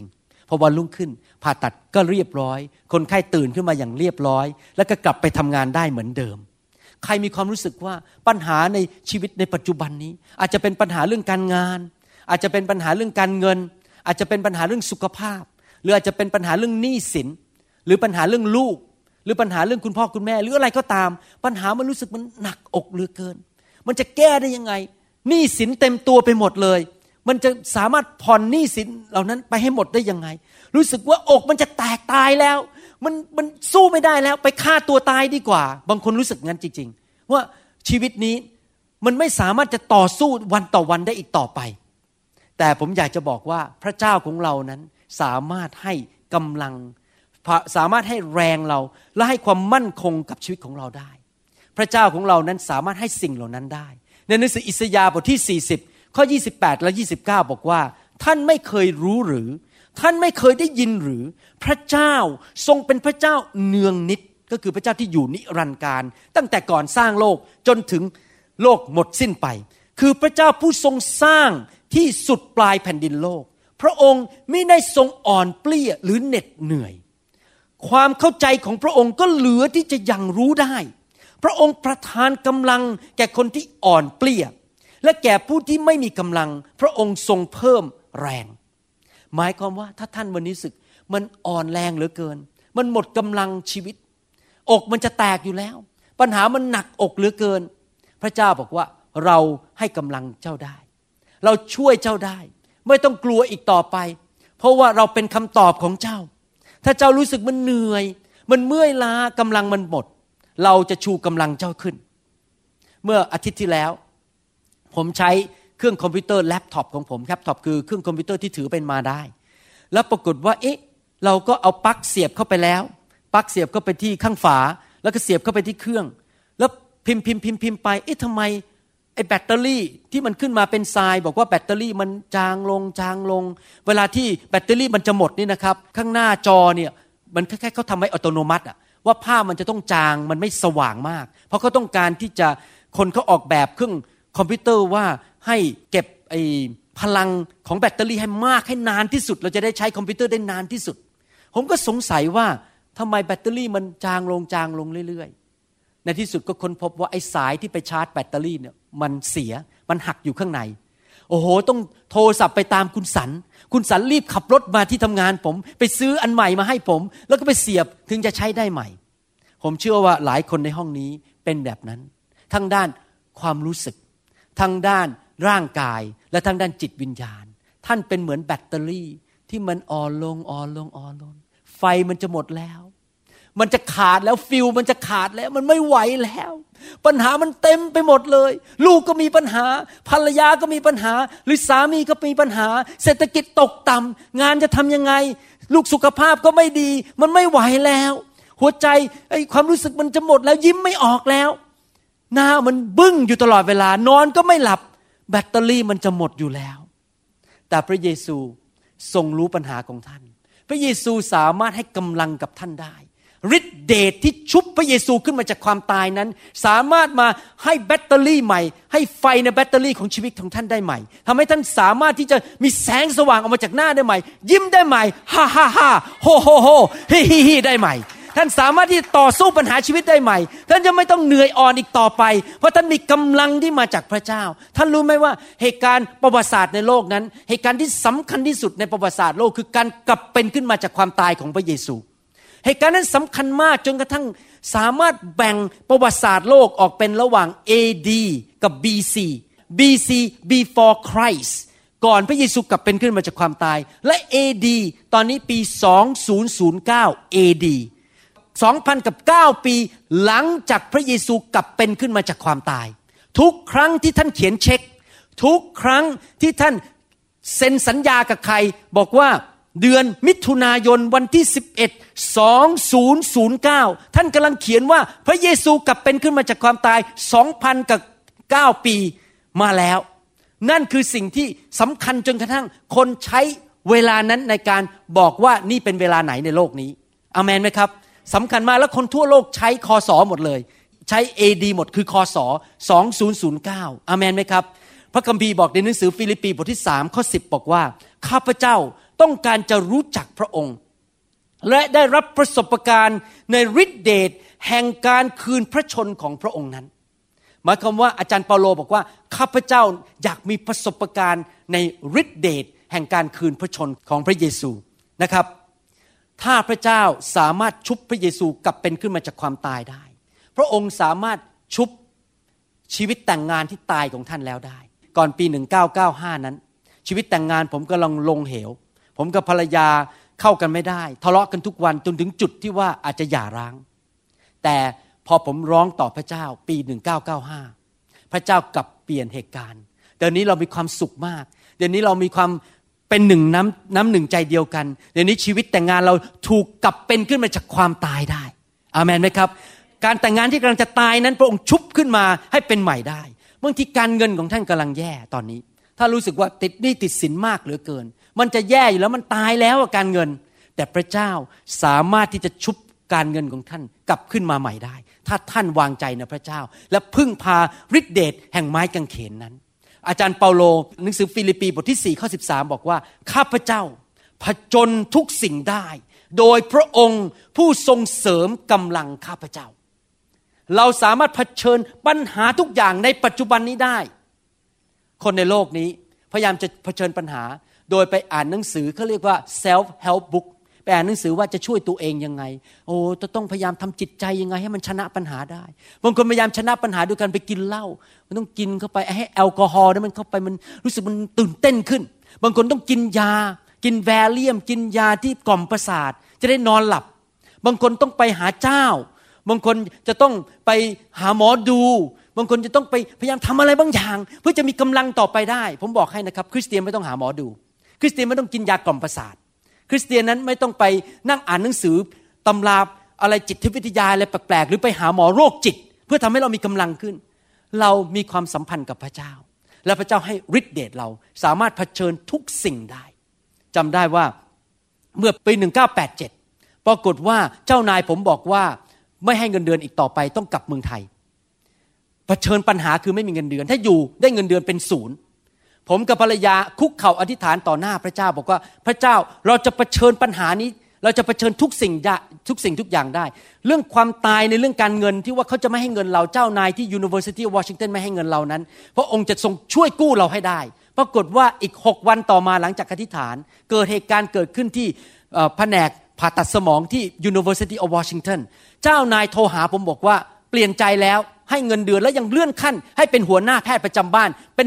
พอวันรุ่งขึ้นผ่าตัดก็เรียบร้อยคนไข้ตื่นขึ้นมาอย่างเรียบร้อยแล้วก็กลับไปทำงานได้เหมือนเดิมใครมีความรู้สึกว่าปัญหาในชีวิตในปัจจุบันนี้อาจจะเป็นปัญหาเรื่องการงานอาจจะเป็นปัญหาเรื่องการเงินอาจจะเป็นปัญหาเรื่องสุขภาพหรืออาจจะเป็นปัญหาเรื่องหนี้สินหรือปัญหาเรื่องลูกหรือปัญหาเรื่องคุณพ่อคุณแม่หรืออะไรก็ตามปัญหามันรู้สึกมันหนักอกเหลือเกินมันจะแก้ได้ยังไงหนี้สินเต็มตัวไปหมดเลยมันจะสามารถผ่อนหนี้สินเหล่านั้นไปให้หมดได้ยังไงรู้สึกว่าอกมันจะแตกตายแล้วมันสู้ไม่ได้แล้วไปฆ่าตัวตายดีกว่าบางคนรู้สึกงั้นจริงๆว่าชีวิตนี้มันไม่สามารถจะต่อสู้วันต่อวันได้อีกต่อไปแต่ผมอยากจะบอกว่าพระเจ้าของเรานั้นสามารถให้กำลังสามารถให้แรงเราและให้ความมั่นคงกับชีวิตของเราได้พระเจ้าของเรานั้นสามารถให้สิ่งเหล่านั้นได้ในหนังสืออิสยาห์บทที่40ข้อ28และ29บอกว่าท่านไม่เคยรู้หรือท่านไม่เคยได้ยินหรือพระเจ้าทรงเป็นพระเจ้าเนืองนิดก็คือพระเจ้าที่อยู่นิรันดร์การตั้งแต่ก่อนสร้างโลกจนถึงโลกหมดสิ้นไปคือพระเจ้าผู้ทรงสร้างที่สุดปลายแผ่นดินโลกพระองค์ไม่ได้ทรงอ่อนเปลี้ยหรือเหน็ดเหนื่อยความเข้าใจของพระองค์ก็เหลือที่จะยังรู้ได้พระองค์ประทานกำลังแก่คนที่อ่อนเปลี้ยและแก่ผู้ที่ไม่มีกำลังพระองค์ทรงเพิ่มแรงหมายความว่าถ้าท่านวันนี้สึกมันอ่อนแรงเหลือเกินมันหมดกำลังชีวิตอกมันจะแตกอยู่แล้วปัญหามันหนักอกเหลือเกินพระเจ้าบอกว่าเราให้กำลังเจ้าได้เราช่วยเจ้าได้ไม่ต้องกลัวอีกต่อไปเพราะว่าเราเป็นคำตอบของเจ้าถ้าเจ้ารู้สึกมันเหนื่อยมันเมื่อยล้ากำลังมันหมดเราจะชูกำลังเจ้าขึ้นเมื่ออาทิตย์ที่แล้วผมใช้เครื่องคอมพิวเตอร์แล็ปท็อปของผมแล็ปท็อปคือเครื่องคอมพิวเตอร์ที่ถือเป็นมาได้แล้วปรากฏว่าเราก็เอาปลั๊กเสียบเข้าไปแล้วปลั๊กเสียบเข้าไปที่ข้างฝาแล้วก็เสียบเข้าไปที่เครื่องแล้วพิมพ์ไปทำไมไอ้แบตเตอรี่ที่มันขึ้นมาเป็นทรายบอกว่าแบตเตอรี่มันจางลงเวลาที่แบตเตอรี่มันจะหมดนี่นะครับข้างหน้าจอเนี่ยมันคล้ายๆเขาทำให้อัตโนมัติว่าภาพมันจะต้องจางมันไม่สว่างมากเพราะเขาต้องการที่จะคนเขาออกแบบเครื่องคอมพิวเตอร์ว่าให้เก็บไอ้พลังของแบตเตอรี่ให้มากให้นานที่สุดเราจะได้ใช้คอมพิวเตอร์ได้นานที่สุดผมก็สงสัยว่าทำไมแบตเตอรี่มันจางลงเรื่อยๆในที่สุดก็ค้นพบว่าไอ้สายที่ไปชาร์จแบตเตอรี่เนี่ยมันเสียมันหักอยู่ข้างในโอ้โหต้องโทรศัพท์ไปตามคุณสันรีบขับรถมาที่ทำงานผมไปซื้ออันใหม่มาให้ผมแล้วก็ไปเสียบถึงจะใช้ได้ใหม่ผมเชื่อว่าหลายคนในห้องนี้เป็นแบบนั้นทั้งด้านความรู้สึกทั้งด้านร่างกายและทั้งด้านจิตวิญญาณท่านเป็นเหมือนแบตเตอรี่ที่มันอ่อนลงไฟมันจะหมดแล้วมันจะขาดแล้วฟิวมันจะขาดแล้วมันไม่ไหวแล้วปัญหามันเต็มไปหมดเลยลูกก็มีปัญหาภรรยาก็มีปัญหาหรือสามีก็มีปัญหาเศรษฐกิจตกต่ำงานจะทำยังไงลูกสุขภาพก็ไม่ดีมันไม่ไหวแล้วหัวใจความรู้สึกมันจะหมดแล้วยิ้มไม่ออกแล้วหน้ามันบึ้งอยู่ตลอดเวลานอนก็ไม่หลับแบตเตอรี่มันจะหมดอยู่แล้วแต่พระเยซูทรงรู้ปัญหาของท่านพระเยซูสามารถให้กำลังกับท่านได้ฤทธิเดชที่ชุบพระเยซูขึ้นมาจากความตายนั้นสามารถมาให้แบตเตอรี่ใหม่ให้ไฟในแบตเตอรี่ของชีวิตของท่านได้ใหม่ทำให้ท่านสามารถที่จะมีแสงสว่างออกมาจากหน้าได้ใหม่ยิ้มได้ใหม่ฮ่าฮ่าฮ่าโฮโฮโฮฮิฮิฮิได้ใหม่ท่านสามารถที่จะต่อสู้ปัญหาชีวิตได้ใหม่ท่านจะไม่ต้องเหนื่อยอ่อนอีกต่อไปเพราะท่านมีกำลังที่มาจากพระเจ้าท่านรู้ไหมว่าเหตุการณ์ประวัติศาสตร์ในโลกนั้นเหตุการณ์ที่สำคัญที่สุดในประวัติศาสตร์โลกคือการกลับเป็นขึ้นมาจากความตายของพระเยซูเหตุการณ์นั้นสำคัญมากจนกระทั่งสามารถแบ่งประวัติศาสตร์โลกออกเป็นระหว่าง AD กับ BC before Christ ก่อนพระเยซูกลับเป็นขึ้นมาจากความตายและ AD ตอนนี้ปี2009 AD 2,009 ปีหลังจากพระเยซูกลับเป็นขึ้นมาจากความตายทุกครั้งที่ท่านเขียนเช็คทุกครั้งที่ท่านเซ็นสัญญากับใครบอกว่าเดือนมิถุนายนวันที่11 2009ท่านกำลังเขียนว่าพระเยซูกลับเป็นขึ้นมาจากความตาย 2,009 ปีมาแล้วนั่นคือสิ่งที่สำคัญจนกระทั่งคนใช้เวลานั้นในการบอกว่านี่เป็นเวลาไหนในโลกนี้อาเมนไหมครับสำคัญมากแล้วคนทั่วโลกใช้คศหมดเลยใช้ AD หมดคือคศ2009อาเมนไหมครับพระคัมภีร์บอกในหนังสือฟิลิปปีบทที่3ข้อ10บอกว่าข้าพเจ้าต้องการจะรู้จักพระองค์และได้รับประสบการณ์ในฤทธิเดชแห่งการคืนพระชนของพระองค์นั้นหมายความว่าอาจารย์เปาโลบอกว่าข้าพเจ้าอยากมีประสบการณ์ในฤทธิเดชแห่งการคืนพระชนของพระเยซูนะครับถ้าพระเจ้าสามารถชุบพระเยซูกลับเป็นขึ้นมาจากความตายได้พระองค์สามารถชุบชีวิตแต่งงานที่ตายของท่านแล้วได้ก่อนปี1995นั้นชีวิตแต่งงานผมกำลังลงเหวผมกับภรรยาเข้ากันไม่ได้ทะเลาะกันทุกวันจนถึงจุดที่ว่าอาจจะหย่าร้างแต่พอผมร้องต่อพระเจ้าปี1995พระเจ้ากลับเปลี่ยนเหตุการณ์เดี๋ยวนี้เรามีความสุขมากเดี๋ยวนี้เรามีความเป็นหนึ่งน้ำหนึ่งใจเดียวกันเดี๋ยวนี้ชีวิตแต่งงานเราถูกกลับเป็นขึ้นมาจากความตายได้อาเมนไหมครับการแต่งงานที่กำลังจะตายนั้นพระองค์ชุบขึ้นมาให้เป็นใหม่ได้บางทีการเงินของท่านกำลังแย่ตอนนี้ถ้ารู้สึกว่าติดหนี้ติดสินมากเหลือเกินมันจะแย่อยู่แล้วมันตายแล้วการเงินแต่พระเจ้าสามารถที่จะชุบการเงินของท่านกลับขึ้นมาใหม่ได้ถ้าท่านวางใจในพระเจ้าและพึ่งพาฤทธิเดชแห่งไม้กางเขนนั้นอาจารย์เปาโลหนังสือฟิลิปปีบทที่4ข้อ13บอกว่าข้าพเจ้าผจญทุกสิ่งได้โดยพระองค์ผู้ทรงเสริมกำลังข้าพเจ้าเราสามารถเผชิญปัญหาทุกอย่างในปัจจุบันนี้ได้คนในโลกนี้พยายามจะเผชิญปัญหาโดยไปอ่านหนังสือเขาเรียกว่า self help book ไปอ่านหนังสือว่าจะช่วยตัวเองยังไงโอ้ต้องพยายามทำจิตใจยังไงให้มันชนะปัญหาได้บางคนพยายามชนะปัญหาด้วยการไปกินเหล้ามันต้องกินเข้าไปให้แอลกอฮอล์นั้นมันเข้าไปมันรู้สึกมันตื่นเต้นขึ้นบางคนต้องกินยากินแวลเลียมกินยาที่กล่อมประสาทจะได้นอนหลับบางคนต้องไปหาเจ้าบางคนจะต้องไปหาหมอดูบางคนจะต้องไปพยายามทำอะไรบางอย่างเพื่อจะมีกำลังต่อไปได้ผมบอกให้นะครับคริสเตียนไม่ต้องหาหมอดูคริสเตียนไม่ต้องกินยากล่อมประสาทคริสเตียนนั้นไม่ต้องไปนั่งอ่านหนังสือตำราอะไรจิตวิทยาอะไรแปลกๆหรือไปหาหมอโรคจิตเพื่อทำให้เรามีกำลังขึ้นเรามีความสัมพันธ์กับพระเจ้าและพระเจ้าให้ฤทธิ์เดชเราสามารถเผชิญทุกสิ่งได้จำได้ว่าเมื่อปี1987ปรากฏว่าเจ้านายผมบอกว่าไม่ให้เงินเดือนอีกต่อไปต้องกลับเมืองไทยเผชิญปัญหาคือไม่มีเงินเดือนถ้าอยู่ได้เงินเดือนเป็นศูนย์ผมกับภรรยาคุกเข่าอธิษฐานต่อหน้าพระเจ้าบอกว่าพระเจ้าเราจะเผชิญปัญหานี้เราจะเผชิญทุกสิ่งทุกอย่างได้เรื่องความตายในเรื่องการเงินที่ว่าเขาจะไม่ให้เงินเราเจ้านายที่ University of Washington ไม่ให้เงินเรานั้นพระองค์จะทรงช่วยกู้เราให้ได้ปรากฏว่าอีก6วันต่อมาหลังจากอธิษฐานเกิดเหตุการณ์เกิดขึ้นที่แผนกผ่าตัดสมองที่ University of Washington เจ้านายโทรหาผมบอกว่าเปลี่ยนใจแล้วให้เงินเดือนแล้วยังเลื่อนขั้นให้เป็นหัวหน้าแพทย์ประจำบ้านเป็น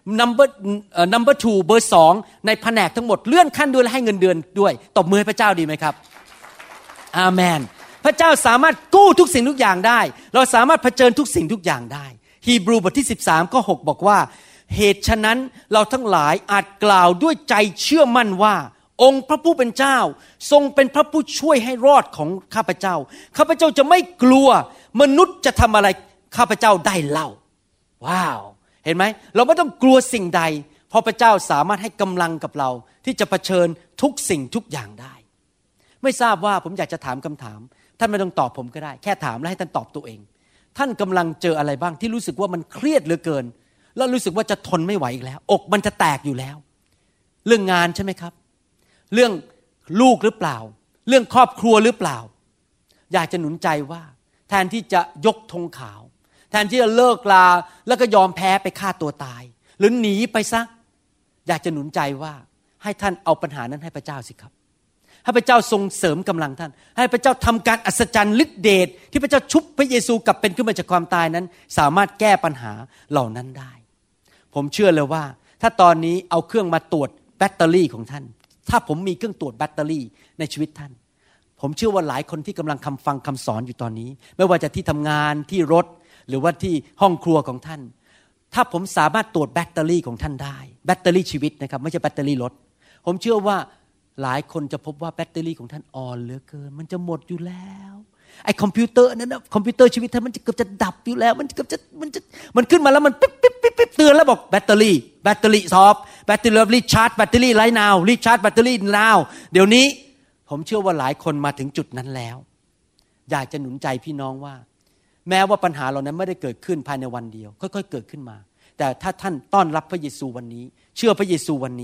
number 2เบอร์2ในแผนกทั้งหมดเลื่อนขั้นด้วยและให้เงินเดือนด้วยตบมือให้พระเจ้าดีไหมครับอาเมนพระเจ้าสามารถกู้ทุกสิ่งทุกอย่างได้เราสามารถเผชิญทุกสิ่งทุกอย่างได้ฮีบรูบทที่13ข้อ6บอกว่าเหตุฉะนั้นเราทั้งหลายอาจกล่าวด้วยใจเชื่อมั่นว่าองค์พระผู้เป็นเจ้าทรงเป็นพระผู้ช่วยให้รอดของข้าพเจ้าข้าพเจ้าจะไม่กลัวมนุษย์จะทำอะไรข้าพเจ้าได้เล่าว้าวเห็นไหมเราไม่ต้องกลัวสิ่งใดเพราะพระเจ้าสามารถให้กำลังกับเราที่จะเผชิญทุกสิ่งทุกอย่างได้ไม่ทราบว่าผมอยากจะถามคำถามท่านไม่ต้องตอบผมก็ได้แค่ถามแล้วให้ท่านตอบตัวเองท่านกำลังเจออะไรบ้างที่รู้สึกว่ามันเครียดเหลือเกินแล้วรู้สึกว่าจะทนไม่ไหวอีกแล้วอกมันจะแตกอยู่แล้วเรื่องงานใช่ไหมครับเรื่องลูกหรือเปล่าเรื่องครอบครัวหรือเปล่าอยากจะหนุนใจว่าแทนที่จะยกธงขาวแทนที่จะเลิกลาแล้วก็ยอมแพ้ไปฆ่าตัวตายหรือหนีไปซะอยากจะหนุนใจว่าให้ท่านเอาปัญหานั้นให้พระเจ้าสิครับให้พระเจ้าทรงเสริมกำลังท่านให้พระเจ้าทำการอัศจรรย์ฤทธิเดชที่พระเจ้าชุบพระเยซูกลับเป็นขึ้นมาจากความตายนั้นสามารถแก้ปัญหาเหล่านั้นได้ผมเชื่อเลยว่าถ้าตอนนี้เอาเครื่องมาตรวจแบตเตอรี่ของท่านถ้าผมมีเครื่องตรวจแบตเตอรี่ในชีวิตท่านผมเชื่อว่าหลายคนที่กำลังฟังคำสอนอยู่ตอนนี้ไม่ว่าจะที่ทำงานที่รถหรือว่าที่ห้องครัวของท่านถ้าผมสามารถตรวจแบตเตอรี่ของท่านได้แบตเตอรี่ชีวิตนะครับไม่ใช่แบตเตอรี่รถผมเชื่อว่าหลายคนจะพบว่าแบตเตอรี่ของท่านอ่อนเหลือเกินมันจะหมดอยู่แล้วไอ้คอมพิวเตอร์นั้นนะคอมพิวเตอร์ชีวิตท่านมันจะเกือบจะดับอยู่แล้วมันขึ้นมาแล้วมันปิ๊บเตือนแล้วบอกแบตเตอรี่ซอฟแบตเตอรี่รีชาร์จแบตเตอรี่ไลท์นาวรีชาร์จแบตเตอรี่นาวเดี๋ยวนี้ผมเชื่อว่าหลายคนมาถึงจุดนั้นแล้วอยากจะหนุนใจพี่น้องว่าแม้ว่าปัญหาเหล่านั้นไม่ได้เกิดขึ้นภายในวันเดียวค่อยๆเกิดขึ้นมาแต่ถ้าท่านต้อนรับพระเยซูวันนี้เชื่อพระเยซูวันนี้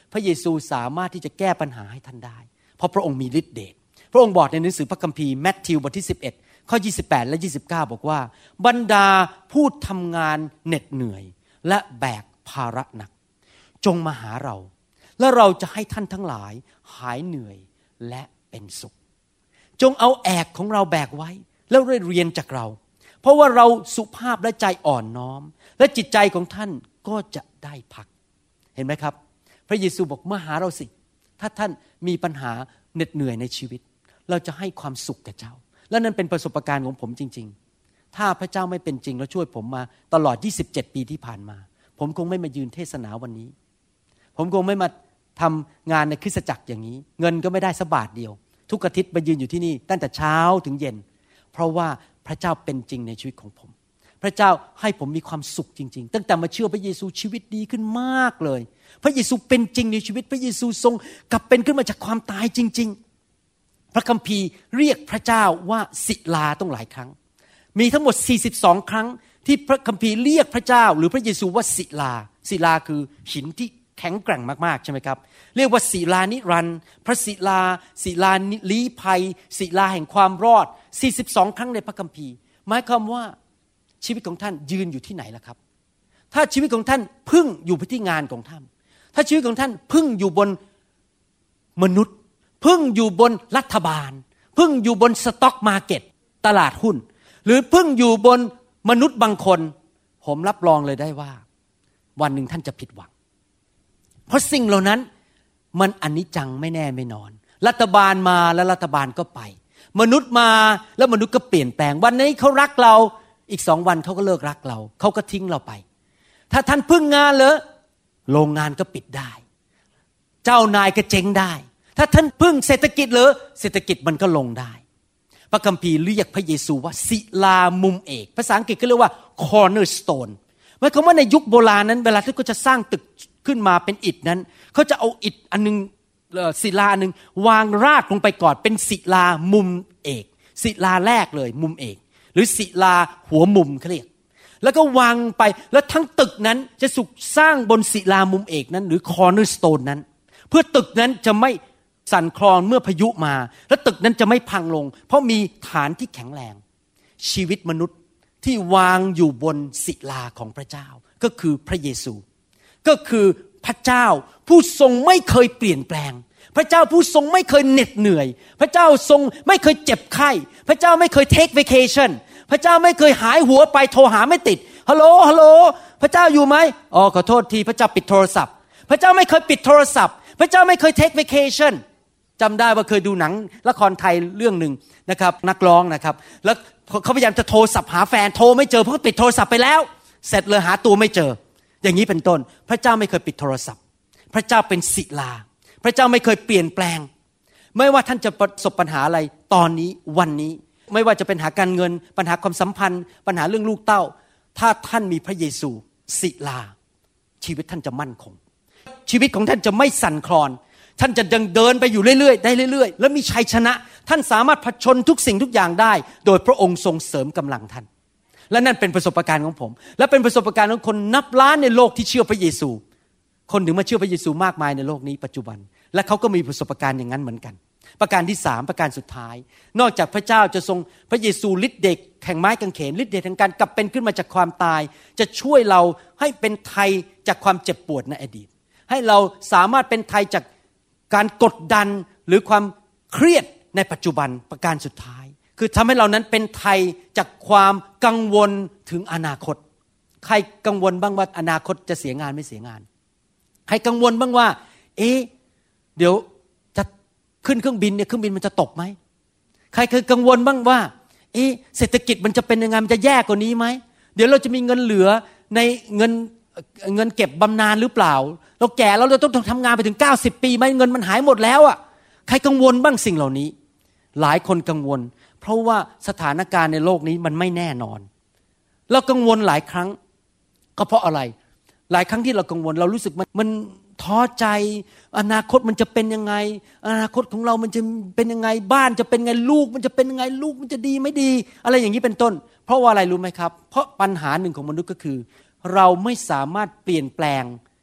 พระเยซูสามารถที่จะแก้ปัญหาให้ท่านได้เพราะพระองค์มีฤทธิ์เดชพระองค์บอกในหนังสือพระคัมภีร์มัทธิวบทที่11ข้อ28และ29บอกว่าบรรดาผู้ทำงานเหน็ดเหนื่อยและแบกภาระหนักจงมาหาเราและเราจะให้ท่านทั้งหลายหายเหนื่อยและเป็นสุขจงเอาแอกของเราแบกไว้แล้วได้เรียนจากเราเพราะว่าเราสุภาพและใจอ่อนน้อมและจิตใจของท่านก็จะได้พักเห็นไหมครับพระเยซูบอกมาหาเราสิถ้าท่านมีปัญหาเหน็ดเหนื่อยในชีวิตเราจะให้ความสุขแก่เจ้าและนั่นเป็นประสบการณ์ของผมจริงๆถ้าพระเจ้าไม่เป็นจริงแล้วช่วยผมมาตลอด27ปีที่ผ่านมาผมคงไม่มายืนเทศนาวันนี้ผมคงไม่มาทำงานในคริสตจักรอย่างนี้เงินก็ไม่ได้สักบาทเดียวทุกอาทิตย์มายืนอยู่ที่นี่ตั้งแต่เช้าถึงเย็นเพราะว่าพระเจ้าเป็นจริงในชีวิตของผมพระเจ้าให้ผมมีความสุขจริงๆตั้งแต่มาเชื่อพระเยซูชีวิตดีขึ้นมากเลยพระเยซูเป็นจริงในชีวิตพระเยซูทรงกลับเป็นขึ้นมาจากความตายจริงๆพระคัมภีร์เรียกพระเจ้าว่าศิลาต้องหลายครั้งมีทั้งหมด42ครั้งที่พระคัมภีร์เรียกพระเจ้าหรือพระเยซูว่าศิลาศิลาคือหินที่แข็งแกร่งมากๆใช่ไหมครับเรียกว่าศิลานิรันดร์พระศิลาศิลาลี้ภัยศิลาแห่งความรอด42ครั้งในพระคัมภีร์หมายความว่าชีวิตของท่านยืนอยู่ที่ไหนล่ะครับถ้าชีวิตของท่านพึ่งอยู่ที่งานของท่านถ้าชีวิตของท่านพึ่งอยู่บนมนุษย์พึ่งอยู่บนรัฐบาลพึ่งอยู่บนสต็อกมาร์เก็ตตลาดหุ้นหรือพึ่งอยู่บนมนุษย์บางคนผมรับรองเลยได้ว่าวันหนึ่งท่านจะผิดหวังเพราะสิ่งเหล่านั้นมันอนิจจังไม่แน่ไม่นอนรัฐบาลมาแล้วรัฐบาลก็ไปมนุษย์มาแล้วมนุษย์ก็เปลี่ยนแปลงวันนี้เขารักเราอีก2 วันเขาก็เลิกรักเราเขาก็ทิ้งเราไปถ้าท่านพึ่งงานเหรอโรงงานก็ปิดได้เจ้านายก็เจ๊งได้ถ้าท่านพึ่งเศรษฐกิจเหรอเศรษฐกิจมันก็ลงได้พระคัมภีร์เรียกพระเยซูว่าศิลามุมเอกภาษาอังกฤษก็เรียกว่า cornerstone หมายความว่าในยุคโบราณนั้นเวลาที่เขาจะสร้างตึกขึ้นมาเป็นอิฐนั้นเขาจะเอาอิฐอันนึงศิลาอันนึงวางรากลงไปก่อนเป็นศิลามุมเอกศิลาแรกเลยมุมเอกหรือศิลาหัวมุมเขาเรียกแล้วก็วางไปแล้วทั้งตึกนั้นจะถูกสร้างบนศิลามุมเอกนั้นหรือ cornerstone นั้นเพื่อตึกนั้นจะไม่สั่นคลอนเมื่อพายุมาและตึกนั้นจะไม่พังลงเพราะมีฐานที่แข็งแรงชีวิตมนุษย์ที่วางอยู่บนศิลาของพระเจ้าก็คือพระเยซูก็คือพระเจ้าผู้ทรงไม่เคยเปลี่ยนแปลงพระเจ้าผู้ทรงไม่เคยเหน็ดเหนื่อยพระเจ้าทรงไม่เคยเจ็บไข้พระเจ้าไม่เคย take vacation พระเจ้าไม่เคยหายหัวไปโทรหาไม่ติดฮัลโหลฮัลโหลพระเจ้าอยู่ไหมอ๋อขอโทษทีพระเจ้าปิดโทรศัพท์พระเจ้าไม่เคยปิดโทรศัพท์พระเจ้าไม่เคย take vacation จำได้ว่าเคยดูหนังละครไทยเรื่องนึงนะครับนักร้องนะครับแล้วเขาพยายามจะโทรศัพท์หาแฟนโทรไม่เจอเพราะปิดโทรศัพท์ไปแล้วเสร็จเลยหาตัวไม่เจออย่างนี้เป็นต้นพระเจ้าไม่เคยปิดโทรศัพท์พระเจ้าเป็นศิลาพระเจ้าไม่เคยเปลี่ยนแปลงไม่ว่าท่านจะประสบปัญหาอะไรตอนนี้วันนี้ไม่ว่าจะเป็นปัญหาการเงินปัญหาความสัมพันธ์ปัญหาเรื่องลูกเต้าถ้าท่านมีพระเยซูศิลาชีวิตท่านจะมั่นคงชีวิตของท่านจะไม่สั่นคลอนท่านจะเดินไปอยู่เรื่อยๆได้เรื่อยๆแล้วมีชัยชนะท่านสามารถผจญทุกสิ่งทุกอย่างได้โดยพระองค์ทรงเสริมกำลังท่านและนั่นเป็นประสบการณ์ของผมและเป็นประสบการณ์ของคนนับล้านในโลกที่เชื่อพระเยซูคนถึงมาเชื่อพระเยซูมากมายในโลกนี้ปัจจุบันและเขาก็มีประสบการณ์อย่างนั้นเหมือนกันประการที่3ประการสุดท้ายนอกจากพระเจ้าจะทรงพระเยซูฤทธิ์เดชแห่งไม้กางเขนฤทธิ์เดชแห่งการกลับเป็นขึ้นมาจากความตายจะช่วยเราให้เป็นไทยจากความเจ็บปวดในอดีตให้เราสามารถเป็นไทยจากการกดดันหรือความเครียดในปัจจุบันประการสุดท้ายคือทำให้เรานั้นเป็นไทยจากความกังวลถึงอนาคตใครกังวลบ้างว่าอนาคตจะเสียงานไม่เสียงานใครกังวลบ้างว่าเดี๋ยวจะขึ้นเครื่องบินเนี่ยเครื่องบินมันจะตกไหมใครเคยกังวลบ้างว่าเศรษฐกิจมันจะเป็นยังไงมันจะแย่กว่านี้ไหมเดี๋ยวเราจะมีเงินเหลือในเงินเก็บบำนาญหรือเปล่าเราแก่แล้วเราต้องทำงานไปถึง90ปีไหมเงินมันหายหมดแล้วอ่ะใครกังวลบ้างสิ่งเหล่านี้หลายคนกังวลเพราะว่าสถานการณ์ในโลกนี้มันไม่แน่นอนเรากังวลหลายครั้งก็เพราะอะไรหลายครั้งที่เรากังวลเรารู้สึกมันท้อใจอนาคตมันจะเป็นยังไงอนาคตของเรามันจะเป็นยังไงบ้านจะเป็นไงลูกมันจะเป็นยังไงลูกมันจะดีไม่ดีอะไรอย่างนี้เป็นต้นเพราะว่าอะไรรู้ไหมครับเพราะปัญหาหนึ่งของมนุษย์ก็คือเราไม่สามารถเปลี่ยนแปลง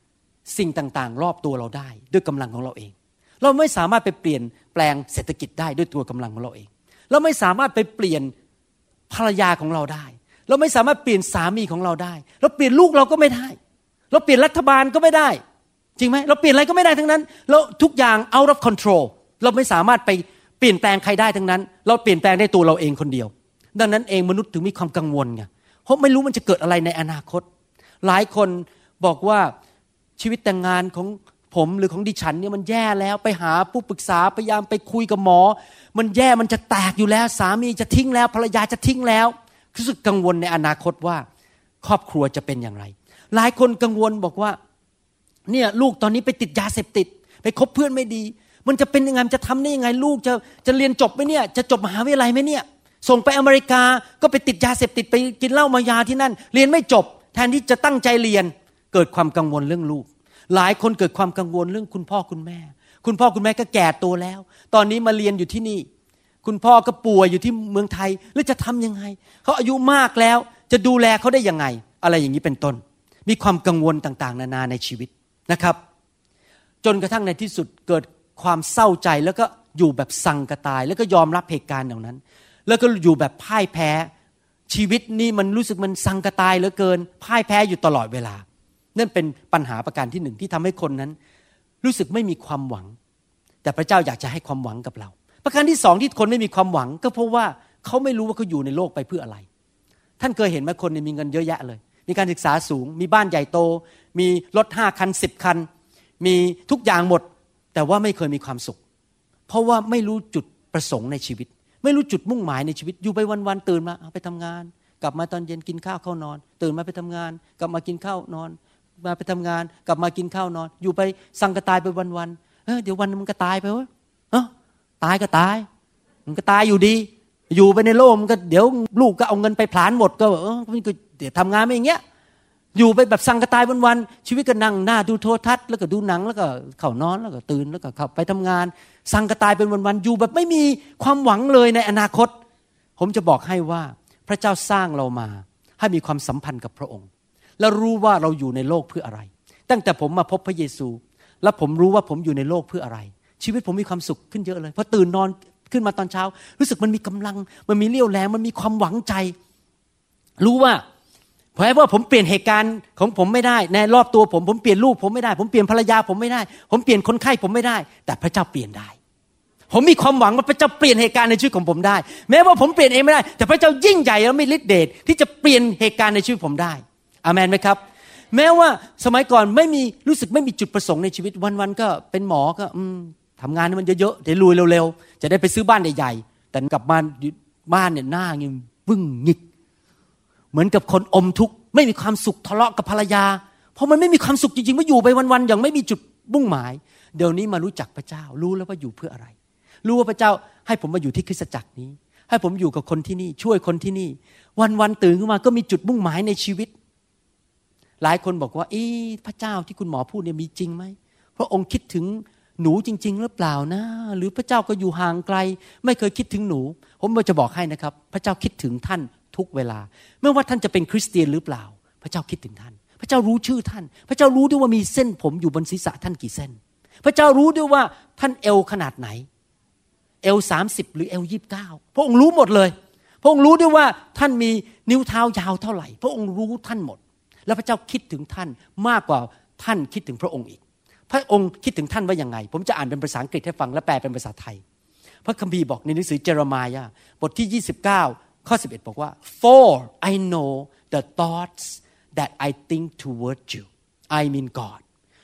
สิ่งต่างๆรอบตัวเราได้ด้วยกำลังของเราเองเราไม่สามารถไปเปลี่ยนแปลงเศรษฐกิจได้ด้วยตัวกำลังของเราเองเราไม่สามารถไปเปลี่ยนภรรยาของเราได้เราไม่สามารถเปลี่ยนสามีของเราได้เราเปลี่ยนลูกเราก็ไม่ได้เราเปลี่ยนรัฐบาลก็ไม่ได้จริงไหมเราเปลี่ยนอะไรก็ไม่ได้ทั้งนั้นแล้วทุกอย่าง out of control เราไม่สามารถไปเปลี่ยนแปลงใครได้ทั้งนั้นเราเปลี่ยนแปลงได้ตัวเราเองคนเดียวดังนั้นเองมนุษย์ถึงมีความกังวลไงเพราะไม่รู้มันจะเกิดอะไรในอนาคตหลายคนบอกว่าชีวิตแต่งงานของผมหรือของดิฉันเนี่ยมันแย่แล้วไปหาผู้ปรึกษาพยายามไปคุยกับหมอมันแย่มันจะแตกอยู่แล้วสามีจะทิ้งแล้วภรรยาจะทิ้งแล้วรู้สึกกังวลในอนาคตว่าครอบครัวจะเป็นอย่างไรหลายคนกังวลบอกว่าเนี่ยลูกตอนนี้ไปติดยาเสพติดไปคบเพื่อนไม่ดีมันจะเป็นยังไงจะทำได้ยังไงลูกจะเรียนจบไหมเนี่ยจะจบมหาวิทยาลัยไหมเนี่ยส่งไปอเมริกาก็ไปติดยาเสพติดไปกินเหล้ามายาที่นั่นเรียนไม่จบแทนที่จะตั้งใจเรียนเกิดความกังวลเรื่องลูกหลายคนเกิดความกังวลเรื่องคุณพ่อคุณแม่ก็แก่ตัวแล้วตอนนี้มาเรียนอยู่ที่นี่คุณพ่อก็ป่วยอยู่ที่เมืองไทยแล้วจะทำยังไงเขาอายุมากแล้วจะดูแลเขาได้ยังไงอะไรอย่างนี้เป็นต้นมีความกังวลต่างๆนานาในชีวิตนะครับจนกระทั่งในที่สุดเกิดความเศร้าใจแล้วก็อยู่แบบสังกตายแล้วก็ยอมรับเหตุการณ์เหล่านั้นแล้วก็อยู่แบบพ่ายแพ้ชีวิตนี่มันรู้สึกมันสังกตายเหลือเกินพ่ายแพ้อยู่ตลอดเวลานั่นเป็นปัญหาประการที่หนึ่งที่ทำให้คนนั้นรู้สึกไม่มีความหวังแต่พระเจ้าอยากจะให้ความหวังกับเราประการที่สองที่คนไม่มีความหวังก็เพราะว่าเขาไม่รู้ว่าเขาอยู่ในโลกไปเพื่ออะไรท่านเคยเห็นไหมคนมีเงินเยอะแยะเลยมีการศึกษาสูงมีบ้านใหญ่โตมีรถ5 คัน10 คันมีทุกอย่างหมดแต่ว่าไม่เคยมีความสุขเพราะว่าไม่รู้จุดประสงค์ในชีวิตไม่รู้จุดมุ่งหมายในชีวิตอยู่ไปวันๆตื่นมาไปทำงานกลับมาตอนเย็นกินข้าวเข้านอนตื่นมาไปทำงานกลับมากินข้าวนอนมาไปทำงานกลับมากินข้าวนอนอยู่ไปสังกตายไปวันๆเดี๋ยววันมันก็ตายไปเว้ยตายก็ตายมันก็ตายอยู่ดีอยู่ไปในโลกมันก็เดี๋ยวลูกก็เอาเงินไปผลาญหมดก็มันก็เดี๋ยวทำงานไม่อย่างเงี้ยอยู่ไปแบบสังกตายวันๆชีวิตก็นั่งหน้าดูโทรทัศน์แล้วก็ดูหนังแล้วก็เข้านอนแล้วก็ตื่นแล้วก็เข้าไปทำงานสังกตายเป็นวันๆอยู่แบบไม่มีความหวังเลยในอนาคตผมจะบอกให้ว่าพระเจ้าสร้างเรามาให้มีความสัมพันธ์กับพระองค์และรู้ว่าเราอยู่ในโลกเพื่ออะไรตั้งแต่ผมมาพบพระเยซูและผมรู้ว่าผมอยู่ในโลกเพื่ออะไรชีวิตผมมีความสุขขึ้นเยอะเลยพอตื่นนอนขึ้นมาตอนเช้ารู้สึกมันมีกำลังมันมีเรี่ยวแรงมันมีความหวังใจรู้ว่าเพราะว่าผมเปลี่ยนเหตุการณ์ของผมไม่ได้ในรอบตัวผมเปลี่ยนลูกผมไม่ได้ผมเปลี่ยนภรรยาผมไม่ได้ผมเปลี่ยนคนไข้ผมไม่ได้แต่พระเจ้าเปลี่ยนได้ผมมีความหวังว่าพระเจ้าเปลี่ยนเหตุการณ์ในชีวิตของผมได้แม้ว่าผมเปลี่ยนเองไม่ได้แต่พระเจ้ายิ่งใหญ่และมีฤทธิ์เดชที่จะเปลี่ยนเหตุการณ์ในชีวิตผมได้อาเมนไหมครับแม้ว่าสมัยก่อนรู้สึกไม่มีจุดประสงค์ในชีวิตวันๆก็เป็นหมอก็ทำงานให้มันเยอะๆเดี๋ยวรวยเร็วๆจะได้ไปซื้อบ้านใหญ่ๆแต่กลับมาบ้านเนี่ยหน้าเงี้ยบึ้งหงิกเหมือนกับคนอมทุกข์ไม่มีความสุขทะเลาะกับภรรยาเพราะมันไม่มีความสุขจริงๆว่าอยู่ไปวันๆอย่างไม่มีจุดมุ่งหมายเดี๋ยวนี้มารู้จักพระเจ้ารู้แล้วว่าอยู่เพื่ออะไรรู้ว่าพระเจ้าให้ผมมาอยู่ที่คริสตจักรนี้ให้ผมอยู่กับคนที่นี่ช่วยคนที่นี่วันๆตื่นขึ้นมาก็มีจุดมุ่งหมายในชีวิตหลายคนบอกว่าพระเจ้าที่คุณหมอพูดเนี่ยมีจริงไหมพระองค์คิดถึงหนูจริงๆหรือเปล่านะหรือพระเจ้าก็อยู่ห่างไกลไม่เคยคิดถึงหนูผมจะบอกให้นะครับพระเจ้าคิดถึงท่านทุกเวลาไม่ว่าท่านจะเป็นคริสเตียนหรือเปล่าพระเจ้าคิดถึงท่านพระเจ้ารู้ชื่อท่านพระเจ้ารู้ด้วยว่ามีเส้นผมอยู่บนศีรษะท่านกี่เส้นพระเจ้ารู้ด้วยว่าท่านเอวขนาดไหนเอว30หรือเอว29พระองค์รู้หมดเลยพระองค์รู้ด้วยว่าท่านมีนิ้วเท้ายาวเท่าไหร่พระองค์รู้ท่านหมดแล้วพระเจ้าคิดถึงท่านมากกว่าท่านคิดถึงพระองค์อีกพระองค์คิดถึงท่านว่ายังไงผมจะอ่านเป็นภาษาอังกฤษให้ฟังและแปลเป็นภาษาไทยพระคัมภีร์บอกในหนังสือเจเรมียาบทที่29ข้อ11บอกว่า For I know the thoughts that I think toward you I mean God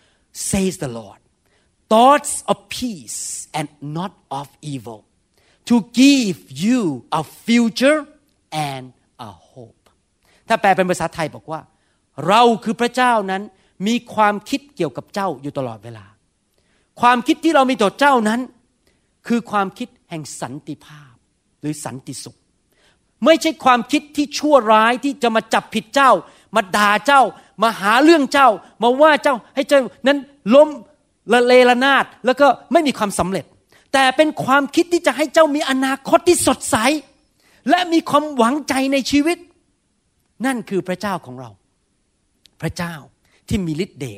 says the Lord thoughts of peace and not of evil to give you a future and a hope ถ้าแปลเป็นภาษาไทยบอกว่าเราคือพระเจ้านั้นมีความคิดเกี่ยวกับเจ้าอยู่ตลอดเวลาความคิดที่เรามีต่อเจ้านั้นคือความคิดแห่งสันติภาพหรือสันติสุขไม่ใช่ความคิดที่ชั่วร้ายที่จะมาจับผิดเจ้ามาด่าเจ้ามาหาเรื่องเจ้ามาว่าเจ้าให้เจ้านั้นล้มละเลระนาดแล้วก็ไม่มีความสำเร็จแต่เป็นความคิดที่จะให้เจ้ามีอนาคตที่สดใสและมีความหวังใจในชีวิตนั่นคือพระเจ้าของเราพระเจ้าที่มีฤทธิ์เดช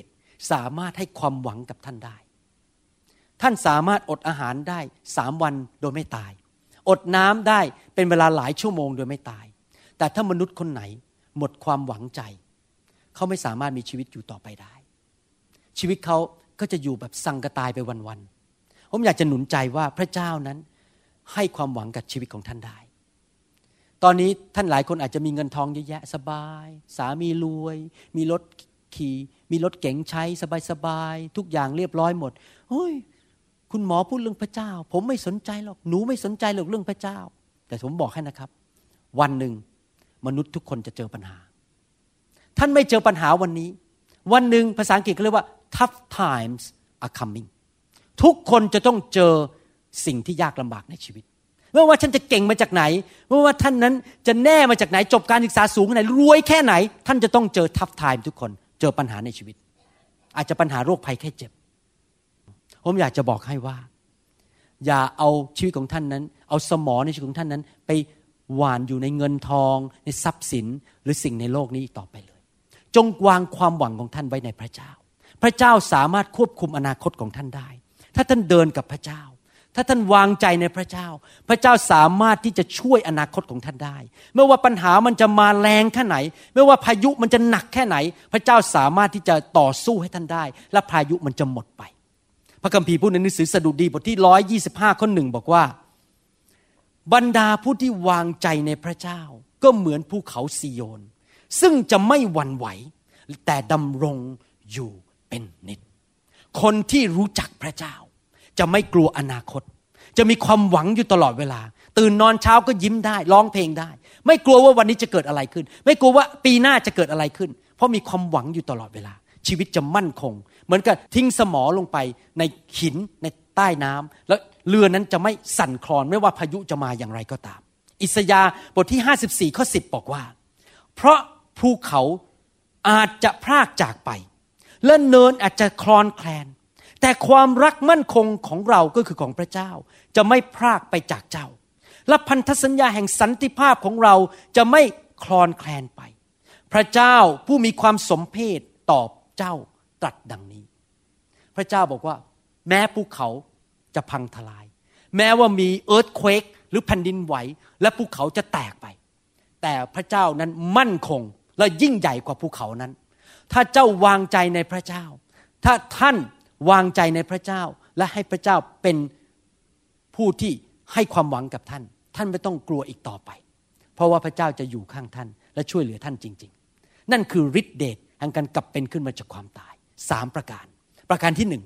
สามารถให้ความหวังกับท่านได้ท่านสามารถอดอาหารได้3 วันโดยไม่ตายอดน้ำได้เป็นเวลาหลายชั่วโมงโดยไม่ตายแต่ถ้ามนุษย์คนไหนหมดความหวังใจเขาไม่สามารถมีชีวิตอยู่ต่อไปได้ชีวิตเขาก็จะอยู่แบบสังกตายไปวันๆผมอยากจะหนุนใจว่าพระเจ้านั้นให้ความหวังกับชีวิตของท่านได้ตอนนี้ท่านหลายคนอาจจะมีเงินทองเยอะแยะสบายสามีรวยมีรถขี่มีรถเก๋งใช้สบายๆทุกอย่างเรียบร้อยหมดเฮ้ยคุณหมอพูดเรื่องพระเจ้าผมไม่สนใจหรอกหนูไม่สนใจหรอกเรื่องพระเจ้าแต่ผมบอกให้นะครับวันหนึ่งมนุษย์ทุกคนจะเจอปัญหาท่านไม่เจอปัญหาวันนี้วันหนึ่งภาษาอังกฤษเขาเรียกว่า tough times are coming ทุกคนจะต้องเจอสิ่งที่ยากลำบากในชีวิตไม่ว่าท่านจะเก่งมาจากไหนไม่ว่าท่านนั้นจะแน่มาจากไหนจบการศึกษาสูงไหนรวยแค่ไหนท่านจะต้องเจอ tough time ทุกคนเจอปัญหาในชีวิตอาจจะปัญหาโรคภัยแค่เจ็บผมอยากจะบอกให้ว่าอย่าเอาชีวิตของท่านนั้นเอาสมองในชีวิตของท่านนั้นไปหว่านอยู่ในเงินทองในทรัพย์สินหรือสิ่งในโลกนี้อีกต่อไปเลยจงวางความหวังของท่านไว้ในพระเจ้าพระเจ้าสามารถควบคุมอนาคตของท่านได้ถ้าท่านเดินกับพระเจ้าถ้าท่านวางใจในพระเจ้าพระเจ้าสามารถที่จะช่วยอนาคตของท่านได้ไม่ว่าปัญหามันจะมาแรงแค่ไหนไม่ว่าพายุมันจะหนักแค่ไหนพระเจ้าสามารถที่จะต่อสู้ให้ท่านได้และพายุมันจะหมดไปพระคัมภีร์พูดในหนังสือสดุดีบทที่125ข้อ 1บอกว่าบรรดาผู้ที่วางใจในพระเจ้าก็เหมือนภูเขาซีโยนซึ่งจะไม่หวั่นไหวแต่ดำรงอยู่เป็นนิจคนที่รู้จักพระเจ้าจะไม่กลัวอนาคตจะมีความหวังอยู่ตลอดเวลาตื่นนอนเช้าก็ยิ้มได้ร้องเพลงได้ไม่กลัวว่าวันนี้จะเกิดอะไรขึ้นไม่กลัวว่าปีหน้าจะเกิดอะไรขึ้นเพราะมีความหวังอยู่ตลอดเวลาชีวิตจะมั่นคงเหมือนกับทิ้งสมอลงไปในหินในใต้น้ำแล้วเรือนั้นจะไม่สั่นคลอนไม่ว่าพายุจะมาอย่างไรก็ตามอิสยาห์บทที่54ข้อ10บอกว่าเพราะภูเขาอาจจะพรากจากไปและเนินอาจจะคลอนแคลนแต่ความรักมั่นคงของเราก็คือของพระเจ้าจะไม่พรากไปจากเจ้าและพันธสัญญาแห่งสันติภาพของเราจะไม่คลอนแคลนไปพระเจ้าผู้มีความสมเพชต่อเจ้าตรัสดังนี้พระเจ้าบอกว่าแม้ภูเขาจะพังทลายแม้ว่ามีเอิร์ธเควคหรือแผ่นดินไหวและภูเขาจะแตกไปแต่พระเจ้านั้นมั่นคงและยิ่งใหญ่กว่าภูเขานั้นถ้าเจ้าวางใจในพระเจ้าถ้าท่านวางใจในพระเจ้าและให้พระเจ้าเป็นผู้ที่ให้ความหวังกับท่านท่านไม่ต้องกลัวอีกต่อไปเพราะว่าพระเจ้าจะอยู่ข้างท่านและช่วยเหลือท่านจริงๆนั่นคือฤทธิเดชแห่งการกลับเป็นขึ้นมาจากความตาย3ประการประการที่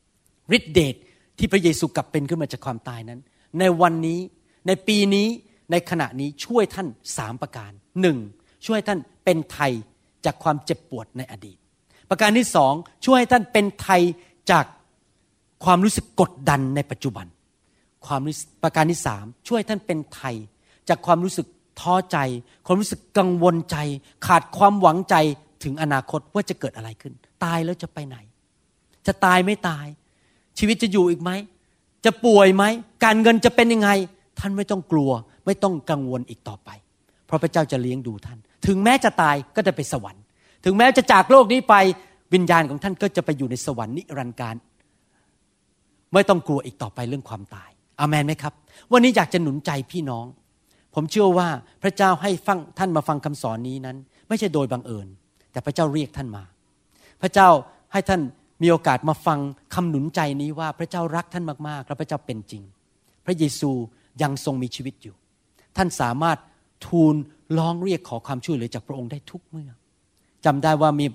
1ฤทธิเดชที่พระเยซูกลับเป็นขึ้นมาจากความตายนั้นในวันนี้ในปีนี้ในขณะนี้ช่วยท่าน3ประการ1ช่วยท่านเป็นไทยจากความเจ็บปวดในอดีตประการที่2ช่วยให้ท่านเป็นไทยจากความรู้สึกกดดันในปัจจุบันประการที่3ช่วยท่านเป็นไทยจากความรู้สึกท้อใจความรู้สึกกังวลใจขาดความหวังใจถึงอนาคตว่าจะเกิดอะไรขึ้นตายแล้วจะไปไหนจะตายไม่ตายชีวิตจะอยู่อีกไหมจะป่วยไหมการเงินจะเป็นยังไงท่านไม่ต้องกลัวไม่ต้องกังวลอีกต่อไปเพราะพระเจ้าจะเลี้ยงดูท่านถึงแม้จะตายก็จะไปสวรรค์ถึงแม้จะจากโลกนี้ไปวิญญาณของท่านก็จะไปอยู่ในสวรรค์นิรันดร์กาลไม่ต้องกลัวอีกต่อไปเรื่องความตายอาเมนไหมครับวันนี้อยากจะหนุนใจพี่น้องผมเชื่อว่าพระเจ้าให้ท่านมาฟังคำสอนนี้นั้นไม่ใช่โดยบังเอิญแต่พระเจ้าเรียกท่านมาพระเจ้าให้ท่านมีโอกาสมาฟังคำหนุนใจนี้ว่าพระเจ้ารักท่านมากๆและพระเจ้าเป็นจริงพระเยซูยังทรงมีชีวิตอยู่ท่านสามารถทูลร้องเรียกขอความช่วยเหลือจากพระองค์ได้ทุกเมื่อจำได้ว่ามี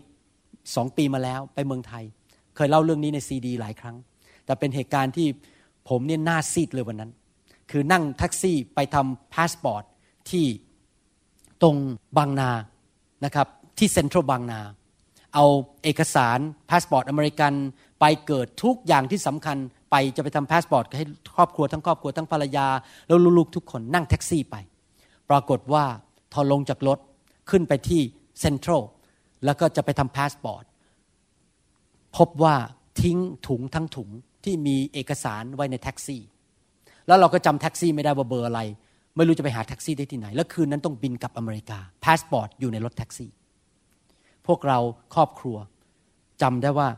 2 ปีมาแล้วไปเมืองไทยเคยเล่าเรื่องนี้ในซีดีหลายครั้งแต่เป็นเหตุการณ์ที่ผมเนี่ยหน้าซีดเลยวันนั้นคือนั่งแท็กซี่ไปทำพาสปอร์ตที่ตรงบางนานะครับที่เซ็นทรัลบางนาเอาเอกสารพาสปอร์ตอเมริกันไปเกิดทุกอย่างที่สำคัญไปจะไปทำพาสปอร์ตให้ครอบครัวทั้งภรรยาแล้วลูกๆทุกคนนั่งแท็กซี่ไปปรากฏว่าพอลงจากรถขึ้นไปที่เซ็นทรัลแล้วก็จะไปทำพาสปอร์ตพบว่าทิ้งถุงทั้งถุงที่มีเอกสารไว้ในแท็กซี่แล้วเราก็จำแท็กซี่ไม่ได้ว่าเบอร์อะไรไม่รู้จะไปหาแท็กซี่ได้ที่ไหนแล้วคืนนั้นต้องบินกลับอเมริกาพาสปอร์ตอยู่ในรถแท็กซี่พวกเราครอบครัวจำได้ว่า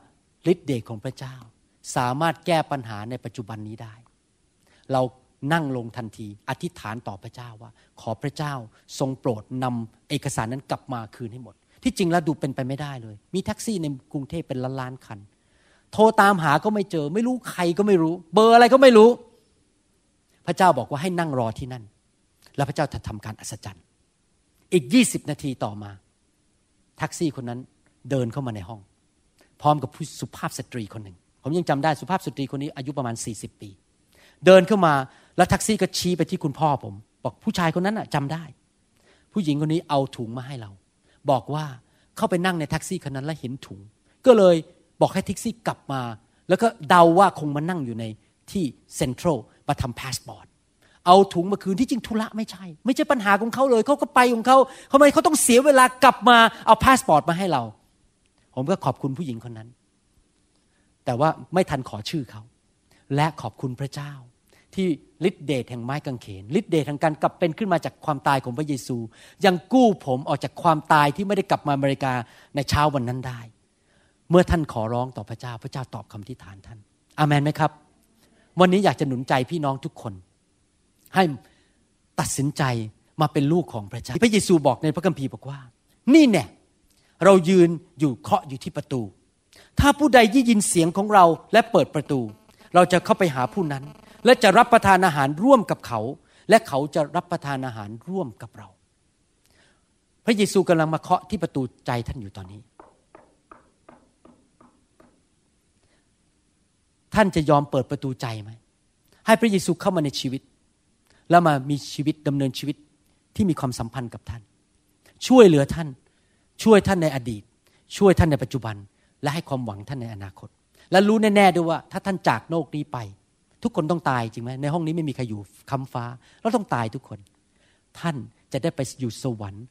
ฤทธิ์เดชของพระเจ้าสามารถแก้ปัญหาในปัจจุบันนี้ได้เรานั่งลงทันทีอธิษฐานต่อพระเจ้าว่าขอพระเจ้าทรงโปรดนำเอกสารนั้นกลับมาคืนให้หมดที่จริงแล้วดูเป็นไปไม่ได้เลยมีแท็กซี่ในกรุงเทพเป็นล้านๆคันโทรตามหาก็ไม่เจอไม่รู้ใครก็ไม่รู้เบอร์อะไรก็ไม่รู้พระเจ้าบอกว่าให้นั่งรอที่นั่นแล้วพระเจ้าจะทำการอัศจรรย์อีก20นาทีต่อมาแท็กซี่คนนั้นเดินเข้ามาในห้องพร้อมกับผู้สุภาพสตรีคนหนึ่งผมยังจำได้สุภาพสตรีคนนี้อายุประมาณ40ปีเดินเข้ามาแล้วแท็กซี่ก็ชี้ไปที่คุณพ่อผมบอกผู้ชายคนนั้นจำได้ผู้หญิงคนนี้เอาถุงมาให้เราบอกว่าเข้าไปนั่งในแท็กซี่คันนั้นแล้วเห็นถุงก็เลยบอกให้แท็กซี่กลับมาแล้วก็เดาว่าคงมานั่งอยู่ในที่เซ็นทรัลมาทำพาสปอร์ตเอาถุงมาคืนที่จริงธุระไม่ใช่ปัญหาของเขาเลยเขาก็ไปของเขาทำไมเขาต้องเสียเวลากลับมาเอาพาสปอร์ตมาให้เราผมก็ขอบคุณผู้หญิงคนนั้นแต่ว่าไม่ทันขอชื่อเขาและขอบคุณพระเจ้าที่ฤทธิเดชแห่งไม้กางเขนฤทธิเดชแห่งการกลับเป็นขึ้นมาจากความตายของพระเยซูยังกู้ผมออกจากความตายที่ไม่ได้กลับมาอเมริกาในเช้าวันนั้นได้เมื่อท่านขอร้องต่อพระเจ้าพระเจ้าตอบคำอธิษฐานท่านอาเมนไหมครับวันนี้อยากจะหนุนใจพี่น้องทุกคนให้ตัดสินใจมาเป็นลูกของพระเจ้าพระเยซูบอกในพระคัมภีร์บอกว่านี่แน่เรายืนอยู่เคาะอยู่ที่ประตูถ้าผู้ใดได้ยินเสียงของเราและเปิดประตูเราจะเข้าไปหาผู้นั้นและจะรับประทานอาหารร่วมกับเขาและเขาจะรับประทานอาหารร่วมกับเราพระเยซูกำลังมาเคาะที่ประตูใจท่านอยู่ตอนนี้ท่านจะยอมเปิดประตูใจไหมให้พระเยซูเข้ามาในชีวิตแล้วมามีชีวิตดำเนินชีวิตที่มีความสัมพันธ์กับท่านช่วยเหลือท่านช่วยท่านในอดีตช่วยท่านในปัจจุบันและให้ความหวังท่านในอนาคตและรู้แน่ๆด้วยว่าถ้าท่านจากโลกนี้ไปทุกคนต้องตายจริงไหมในห้องนี้ไม่มีใครอยู่ค้ำฟ้าเราต้องตายทุกคนท่านจะได้ไปอยู่สวรรค์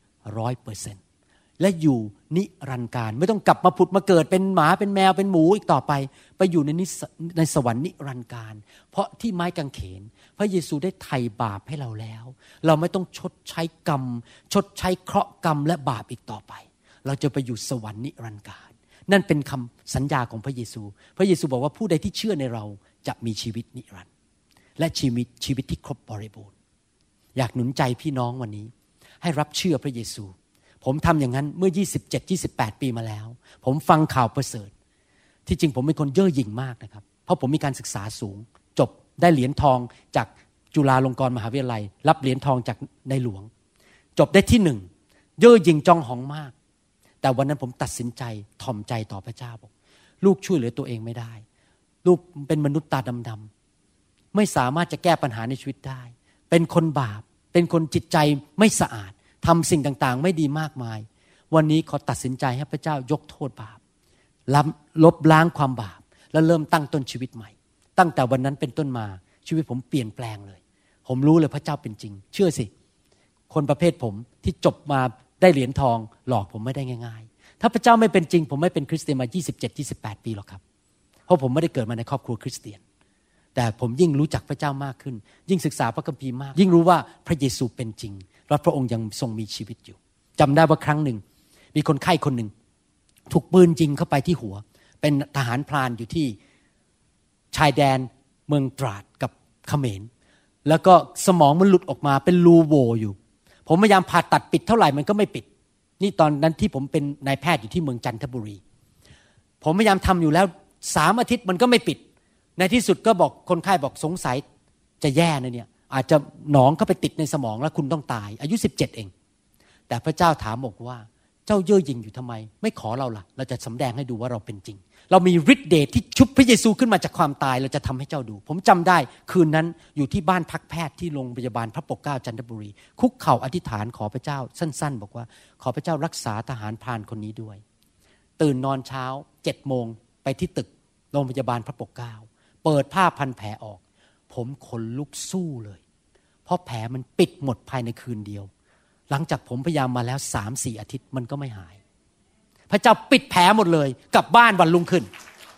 100% และอยู่นิรันดร์การไม่ต้องกลับมาผุดมาเกิดเป็นหมาเป็นแมวเป็นหมูอีกต่อไปไปอยู่ในสวรรค์นิรันดร์การเพราะที่ไม้กางเขนพระเยซูได้ไถ่บาปให้เราแล้วเราไม่ต้องชดใช้กรรมชดใช้เคราะห์กรรมและบาปอีกต่อไปเราจะไปอยู่สวรรค์นิรันดร์การนั่นเป็นคำสัญญาของพระเยซูพระเยซูบอกว่าผู้ใดที่เชื่อในเราจะมีชีวิตนิรันดร์และชีวิตที่ครบบริบูรณ์อยากหนุนใจพี่น้องวันนี้ให้รับเชื่อพระเยซูผมทำอย่างนั้นเมื่อ27-28 ปีมาแล้วผมฟังข่าวประเสริฐที่จริงผมเป็นคนเย่อหยิ่งมากนะครับเพราะผมมีการศึกษาสูงจบได้เหรียญทองจากจุฬาลงกรณ์มหาวิทยาลัยรับเหรียญทองจากในหลวงจบได้ที่1เย่อหยิ่งจองหองมากแต่วันนั้นผมตัดสินใจถ่อมใจต่อพระเจ้าบอกลูกช่วยเหลือตัวเองไม่ได้ลูกเป็นมนุษย์ตาดำๆไม่สามารถจะแก้ปัญหาในชีวิตได้เป็นคนบาปเป็นคนจิตใจไม่สะอาดทำสิ่งต่างๆไม่ดีมากมายวันนี้ขอตัดสินใจให้พระเจ้ายกโทษบาปลบล้างความบาปและเริ่มตั้งต้นชีวิตใหม่ตั้งแต่วันนั้นเป็นต้นมาชีวิตผมเปลี่ยนแปลงเลยผมรู้เลยพระเจ้าเป็นจริงเชื่อสิคนประเภทผมที่จบมาได้เหรียญทองหลอกผมไม่ได้ง่ายๆถ้าพระเจ้าไม่เป็นจริงผมไม่เป็นคริสเตียนมา27-28 ปีหรอกครับเพราะผมไม่ได้เกิดมาในครอบครัวคริสเตียนแต่ผมยิ่งรู้จักพระเจ้ามากขึ้นยิ่งศึกษาพระคัมภีร์มากยิ่งรู้ว่าพระเยซูเป็นจริงและพระองค์ยังทรงมีชีวิตอยู่จำได้ว่าครั้งหนึ่งมีคนไข้คนหนึ่งถูกปืนยิงเข้าไปที่หัวเป็นทหารพรานอยู่ที่ชายแดนเมืองตราดกับเขมรแล้วก็สมองมันหลุดออกมาเป็นรูโหว่อยู่ผมพยายามผ่าตัดปิดเท่าไหร่มันก็ไม่ปิดนี่ตอนนั้นที่ผมเป็นนายแพทย์อยู่ที่เมืองจันทบุรีผมพยายามทำอยู่แล้ว3 อาทิตย์มันก็ไม่ปิดในที่สุดก็บอกคนไข้บอกสงสัยจะแย่นะเนี่ยอาจจะหนองเข้าไปติดในสมองแล้วคุณต้องตายอายุ17เองแต่พระเจ้าถามบอกว่าเจ้าเย่อหยิ่งอยู่ทำไมไม่ขอเราล่ะเราจะสำแดงให้ดูว่าเราเป็นจริงเรามีฤทธิ์เดชที่ชุบพระเยซูขึ้นมาจากความตายเราจะทำให้เจ้าดูผมจำได้คืนนั้นอยู่ที่บ้านพักแพทย์ที่โรงพยาบาลพระปกเกล้าจันทบุรีคุกเข่าอธิษฐานขอพระเจ้าสั้นๆบอกว่าขอพระเจ้ารักษาทหารพรานคนนี้ด้วยตื่นนอนเช้า7 โมงไปที่ตึกโรงพยาบาลพระปกเกล้าเปิดผ้าพันแผลออกผมขนลุกสู้เลยเพราะแผลมันปิดหมดภายในคืนเดียวหลังจากผมพยายามมาแล้ว 3-4 อาทิตย์มันก็ไม่หายพระเจ้าปิดแผลหมดเลยกลับบ้านวันรุ่งขึ้น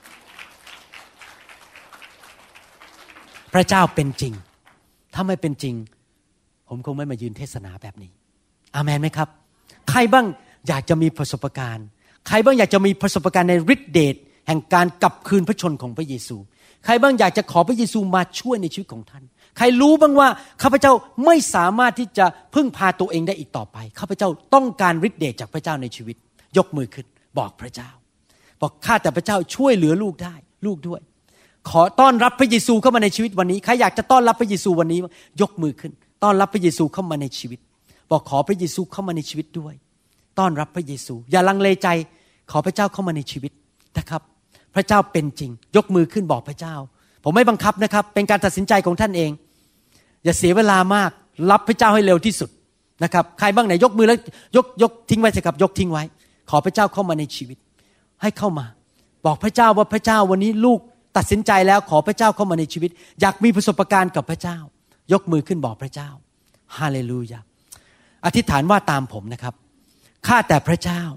พระเจ้าเป็นจริงถ้าไม่เป็นจริงผมคงไม่มายืนเทศนาแบบนี้อาเมนไหมครับใครบ้างอยากจะมีประสบการณ์ใครบ้างอยากจะมีประสบการณ์ในฤทธิ์เดชแห่งการกลับคืนพระชนของพระเยซูใครบ้างอยากจะขอพระเยซูมาช่วยในชีวิตของท่านใครรู้บ้างว่าข้าพเจ้าไม่สามารถที่จะพึ่งพาตัวเองได้อีกต่อไปข้าพเจ้าต้องการฤทธิ์เดชจากพระเจ้าในชีวิตยกมือขึ้นบอกพระเจ้าบอกข้าแต่พระเจ้าช่วยเหลือลูกได้ลูกด้วยขอต้อนรับพระเยซูเข้ามาในชีวิตวันนี้ใครอยากจะต้อนรับพระเยซูวันนี้ยกมือขึ้นต้อนรับพระเยซูเข้ามาในชีวิตบอกขอพระเยซูเข้ามาในชีวิตด้วยต้อนรับพระเยซูอย่าลังเลใจขอพระเจ้าเข้ามาในชีวิตนะครับพระเจ้าเป็นจริงยกมือขึ้นบอกพระเจ้าผมไม่บังคับนะครับเป็นการตัดสินใจของท่านเองอย่าเสียเวลามากรับพระเจ้าให้เร็วที่สุดนะครับใครบ้างไหนยกมือแล้วยกทิ้งไว้สิครับยกทิ้งไว้ขอพระเจ้าเข้ามาในชีวิตให้เข้ามาบอกพระเจ้าว่าพระเจ้าวันนี้ลูกตัดสินใจแล้วขอพระเจ้าเข้ามาในชีวิตอยากมีประสบการณ์กับพระเจ้ายกมือขึ้นบอกพระเจ้าฮาเลลูยาอธิษฐานว่าตามผมนะครับข้าแต่พระเจ้า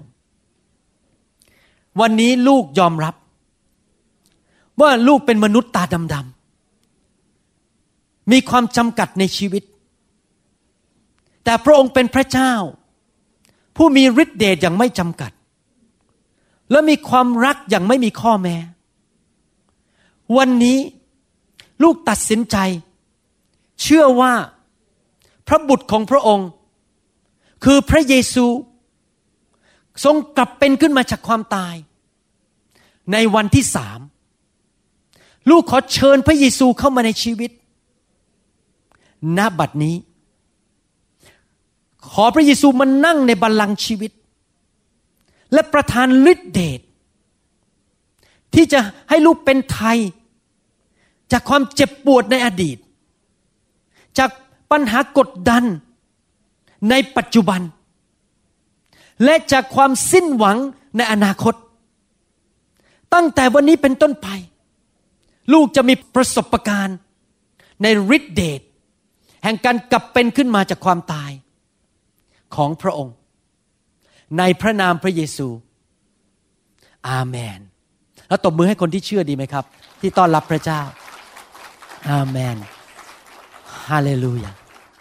วันนี้ลูกยอมรับว่าลูกเป็นมนุษย์ตาดำๆมีความจำกัดในชีวิตแต่พระองค์เป็นพระเจ้าผู้มีฤทธิ์เดชอย่างไม่จำกัดและมีความรักอย่างไม่มีข้อแม้วันนี้ลูกตัดสินใจเชื่อว่าพระบุตรของพระองค์คือพระเยซูทรงกลับเป็นขึ้นมาจากความตายในวันที่3ลูกขอเชิญพระเยซูเข้ามาในชีวิตณบัดนี้ขอพระเยซูมานั่งในบัลลังก์ชีวิตและประทานฤทธิ์เดชที่จะให้ลูกเป็นไทยจากความเจ็บปวดในอดีตจากปัญหากดดันในปัจจุบันและจากความสิ้นหวังในอนาคตตั้งแต่วันนี้เป็นต้นไปลูกจะมีประสบการณ์ในฤทธิ์เดชแห่งการกลับเป็นขึ้นมาจากความตายของพระองค์ในพระนามพระเยซูอาเมนแล้วตบมือให้คนที่เชื่อดีไหมครับที่ต้อนรับพระเจ้าอาเมนฮาเลลูยา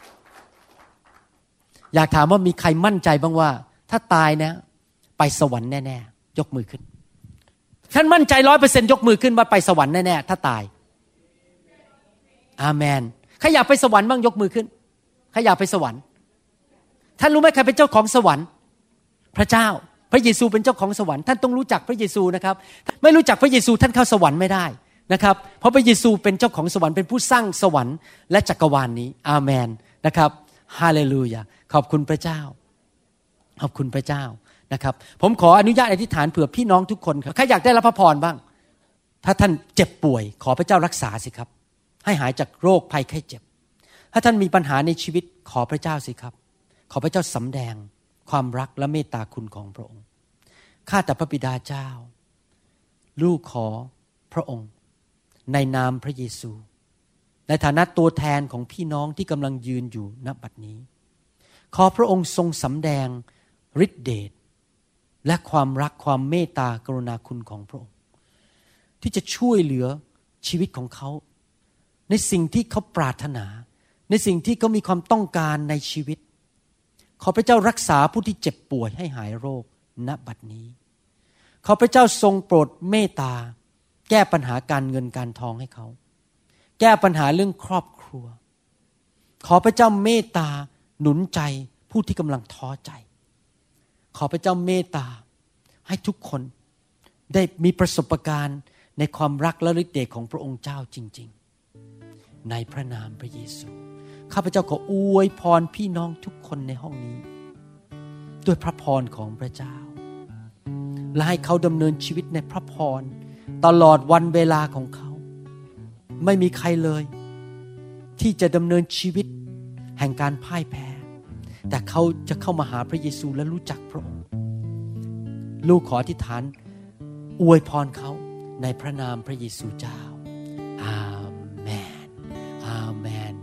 อยากถามว่ามีใครมั่นใจบ้างว่าถ้าตายนะไปสวรรค์แน่ๆยกมือขึ้นท่านมั่นใจ 100% ยกมือขึ้นว่าไปสวรรค์แน่ๆถ้าตายอาเมนใครอยากไปสวรรค์บ้างยกมือขึ้นใครอยากไปสวรรค์ท่านรู้ไหมใครเป็นเจ้าของสวรรค์พระเจ้าพระเยซูเป็นเจ้าของสวรรค์ท่านต้องรู้จักพระเยซูนะครับไม่รู้จักพระเยซูท่านเข้าสวรรค์ไม่ได้นะครับเพราะพระเยซูเป็นเจ้าของสวรรค์เป็นผู้สร้างสวรรค์และจักรวาลนี้อาเมนนะครับฮาเลลูยาขอบคุณพระเจ้าขอบคุณพระเจ้านะครับผมขออนุญาตอธิษฐานเผื่อพี่น้องทุกคนครับใครอยากได้รับพระพรบ้างถ้าท่านเจ็บป่วยขอพระเจ้ารักษาสิครับให้หายจากโรคภัยไข้เจ็บถ้าท่านมีปัญหาในชีวิตขอพระเจ้าสิครับขอพระเจ้าสำแดงความรักและเมตตาคุณของพระองค์ข้าแต่พระบิดาเจ้าลูกขอพระองค์ในนามพระเยซูในฐานะตัวแทนของพี่น้องที่กำลังยืนอยู่ณบัดนี้ขอพระองค์ทรงสำแดงฤทธิเดชและความรักความเมตตากรุณาคุณของพระองค์ที่จะช่วยเหลือชีวิตของเขาในสิ่งที่เขาปรารถนาในสิ่งที่เขามีความต้องการในชีวิตขอพระเจ้ารักษาผู้ที่เจ็บป่วยให้หายโรคณบัดนี้ขอพระเจ้าทรงโปรดเมตตาแก้ปัญหาการเงินการทองให้เขาแก้ปัญหาเรื่องครอบครัวขอพระเจ้าเมตตาหนุนใจผู้ที่กำลังท้อใจขอพระเจ้าเมตตาให้ทุกคนได้มีประสบการณ์ในความรักและฤทธิ์เดชของพระองค์เจ้าจริงๆในพระนามพระเยซูข้าพเจ้าขออวยพรพี่น้องทุกคนในห้องนี้ด้วยพระพรของพระเจ้าและให้เขาดำเนินชีวิตในพระพรตลอดวันเวลาของเขาไม่มีใครเลยที่จะดำเนินชีวิตแห่งการพ่ายแพ้แต่เขาจะเข้ามาหาพระเยซูและรู้จักพระองค์ลูกขออธิษฐานอวยพรเขาในพระนามพระเยซูเจ้าอาเมนอาเมน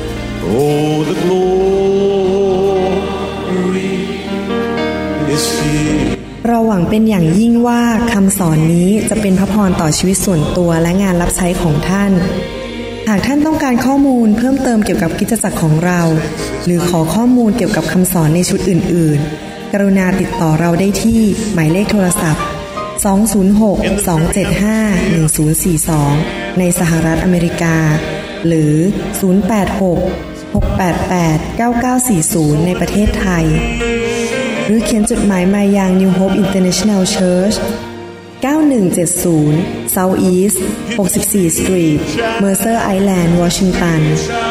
Oh, the glory is here.
เราหวังเป็นอย่างยิ่งว่าคำสอนนี้จะเป็นพระพรต่อชีวิตส่วนตัวและงานรับใช้ของท่านหากท่านต้องการข้อมูลเพิ่มเติมเกี่ยวกับคริสตจักรของเราหรือขอข้อมูลเกี่ยวกับคำสอนในชุดอื่นๆกรุณาติดต่อเราได้ที่หมายเลขโทรศัพท์ 206-275-1042 ในสหรัฐอเมริกาหรือ086-688-9940 ในประเทศไทยหรือเขียนจดหมายมายัง New Hope International Church 9170 South East 64 Street Mercer Island Washington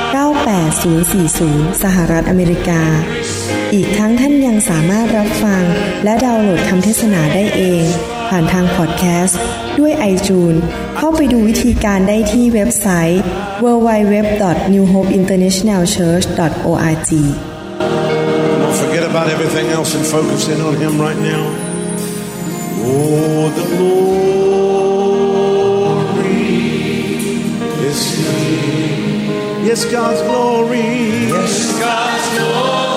98040 สหรัฐอเมริกาอีกทั้งท่านยังสามารถรับฟังและดาวน์โหลดคำเทศนาได้เองผ่านทางพอดแคสต์ด้วย iTunes เข้าไปดูวิธีการได้ที่เว็บไซต์ www.newhopeinternationalchurch.org
Don't forget about everything else and focus in on Him right now. Oh, the glory is here. Yes, God's glory. Yes, God's glory.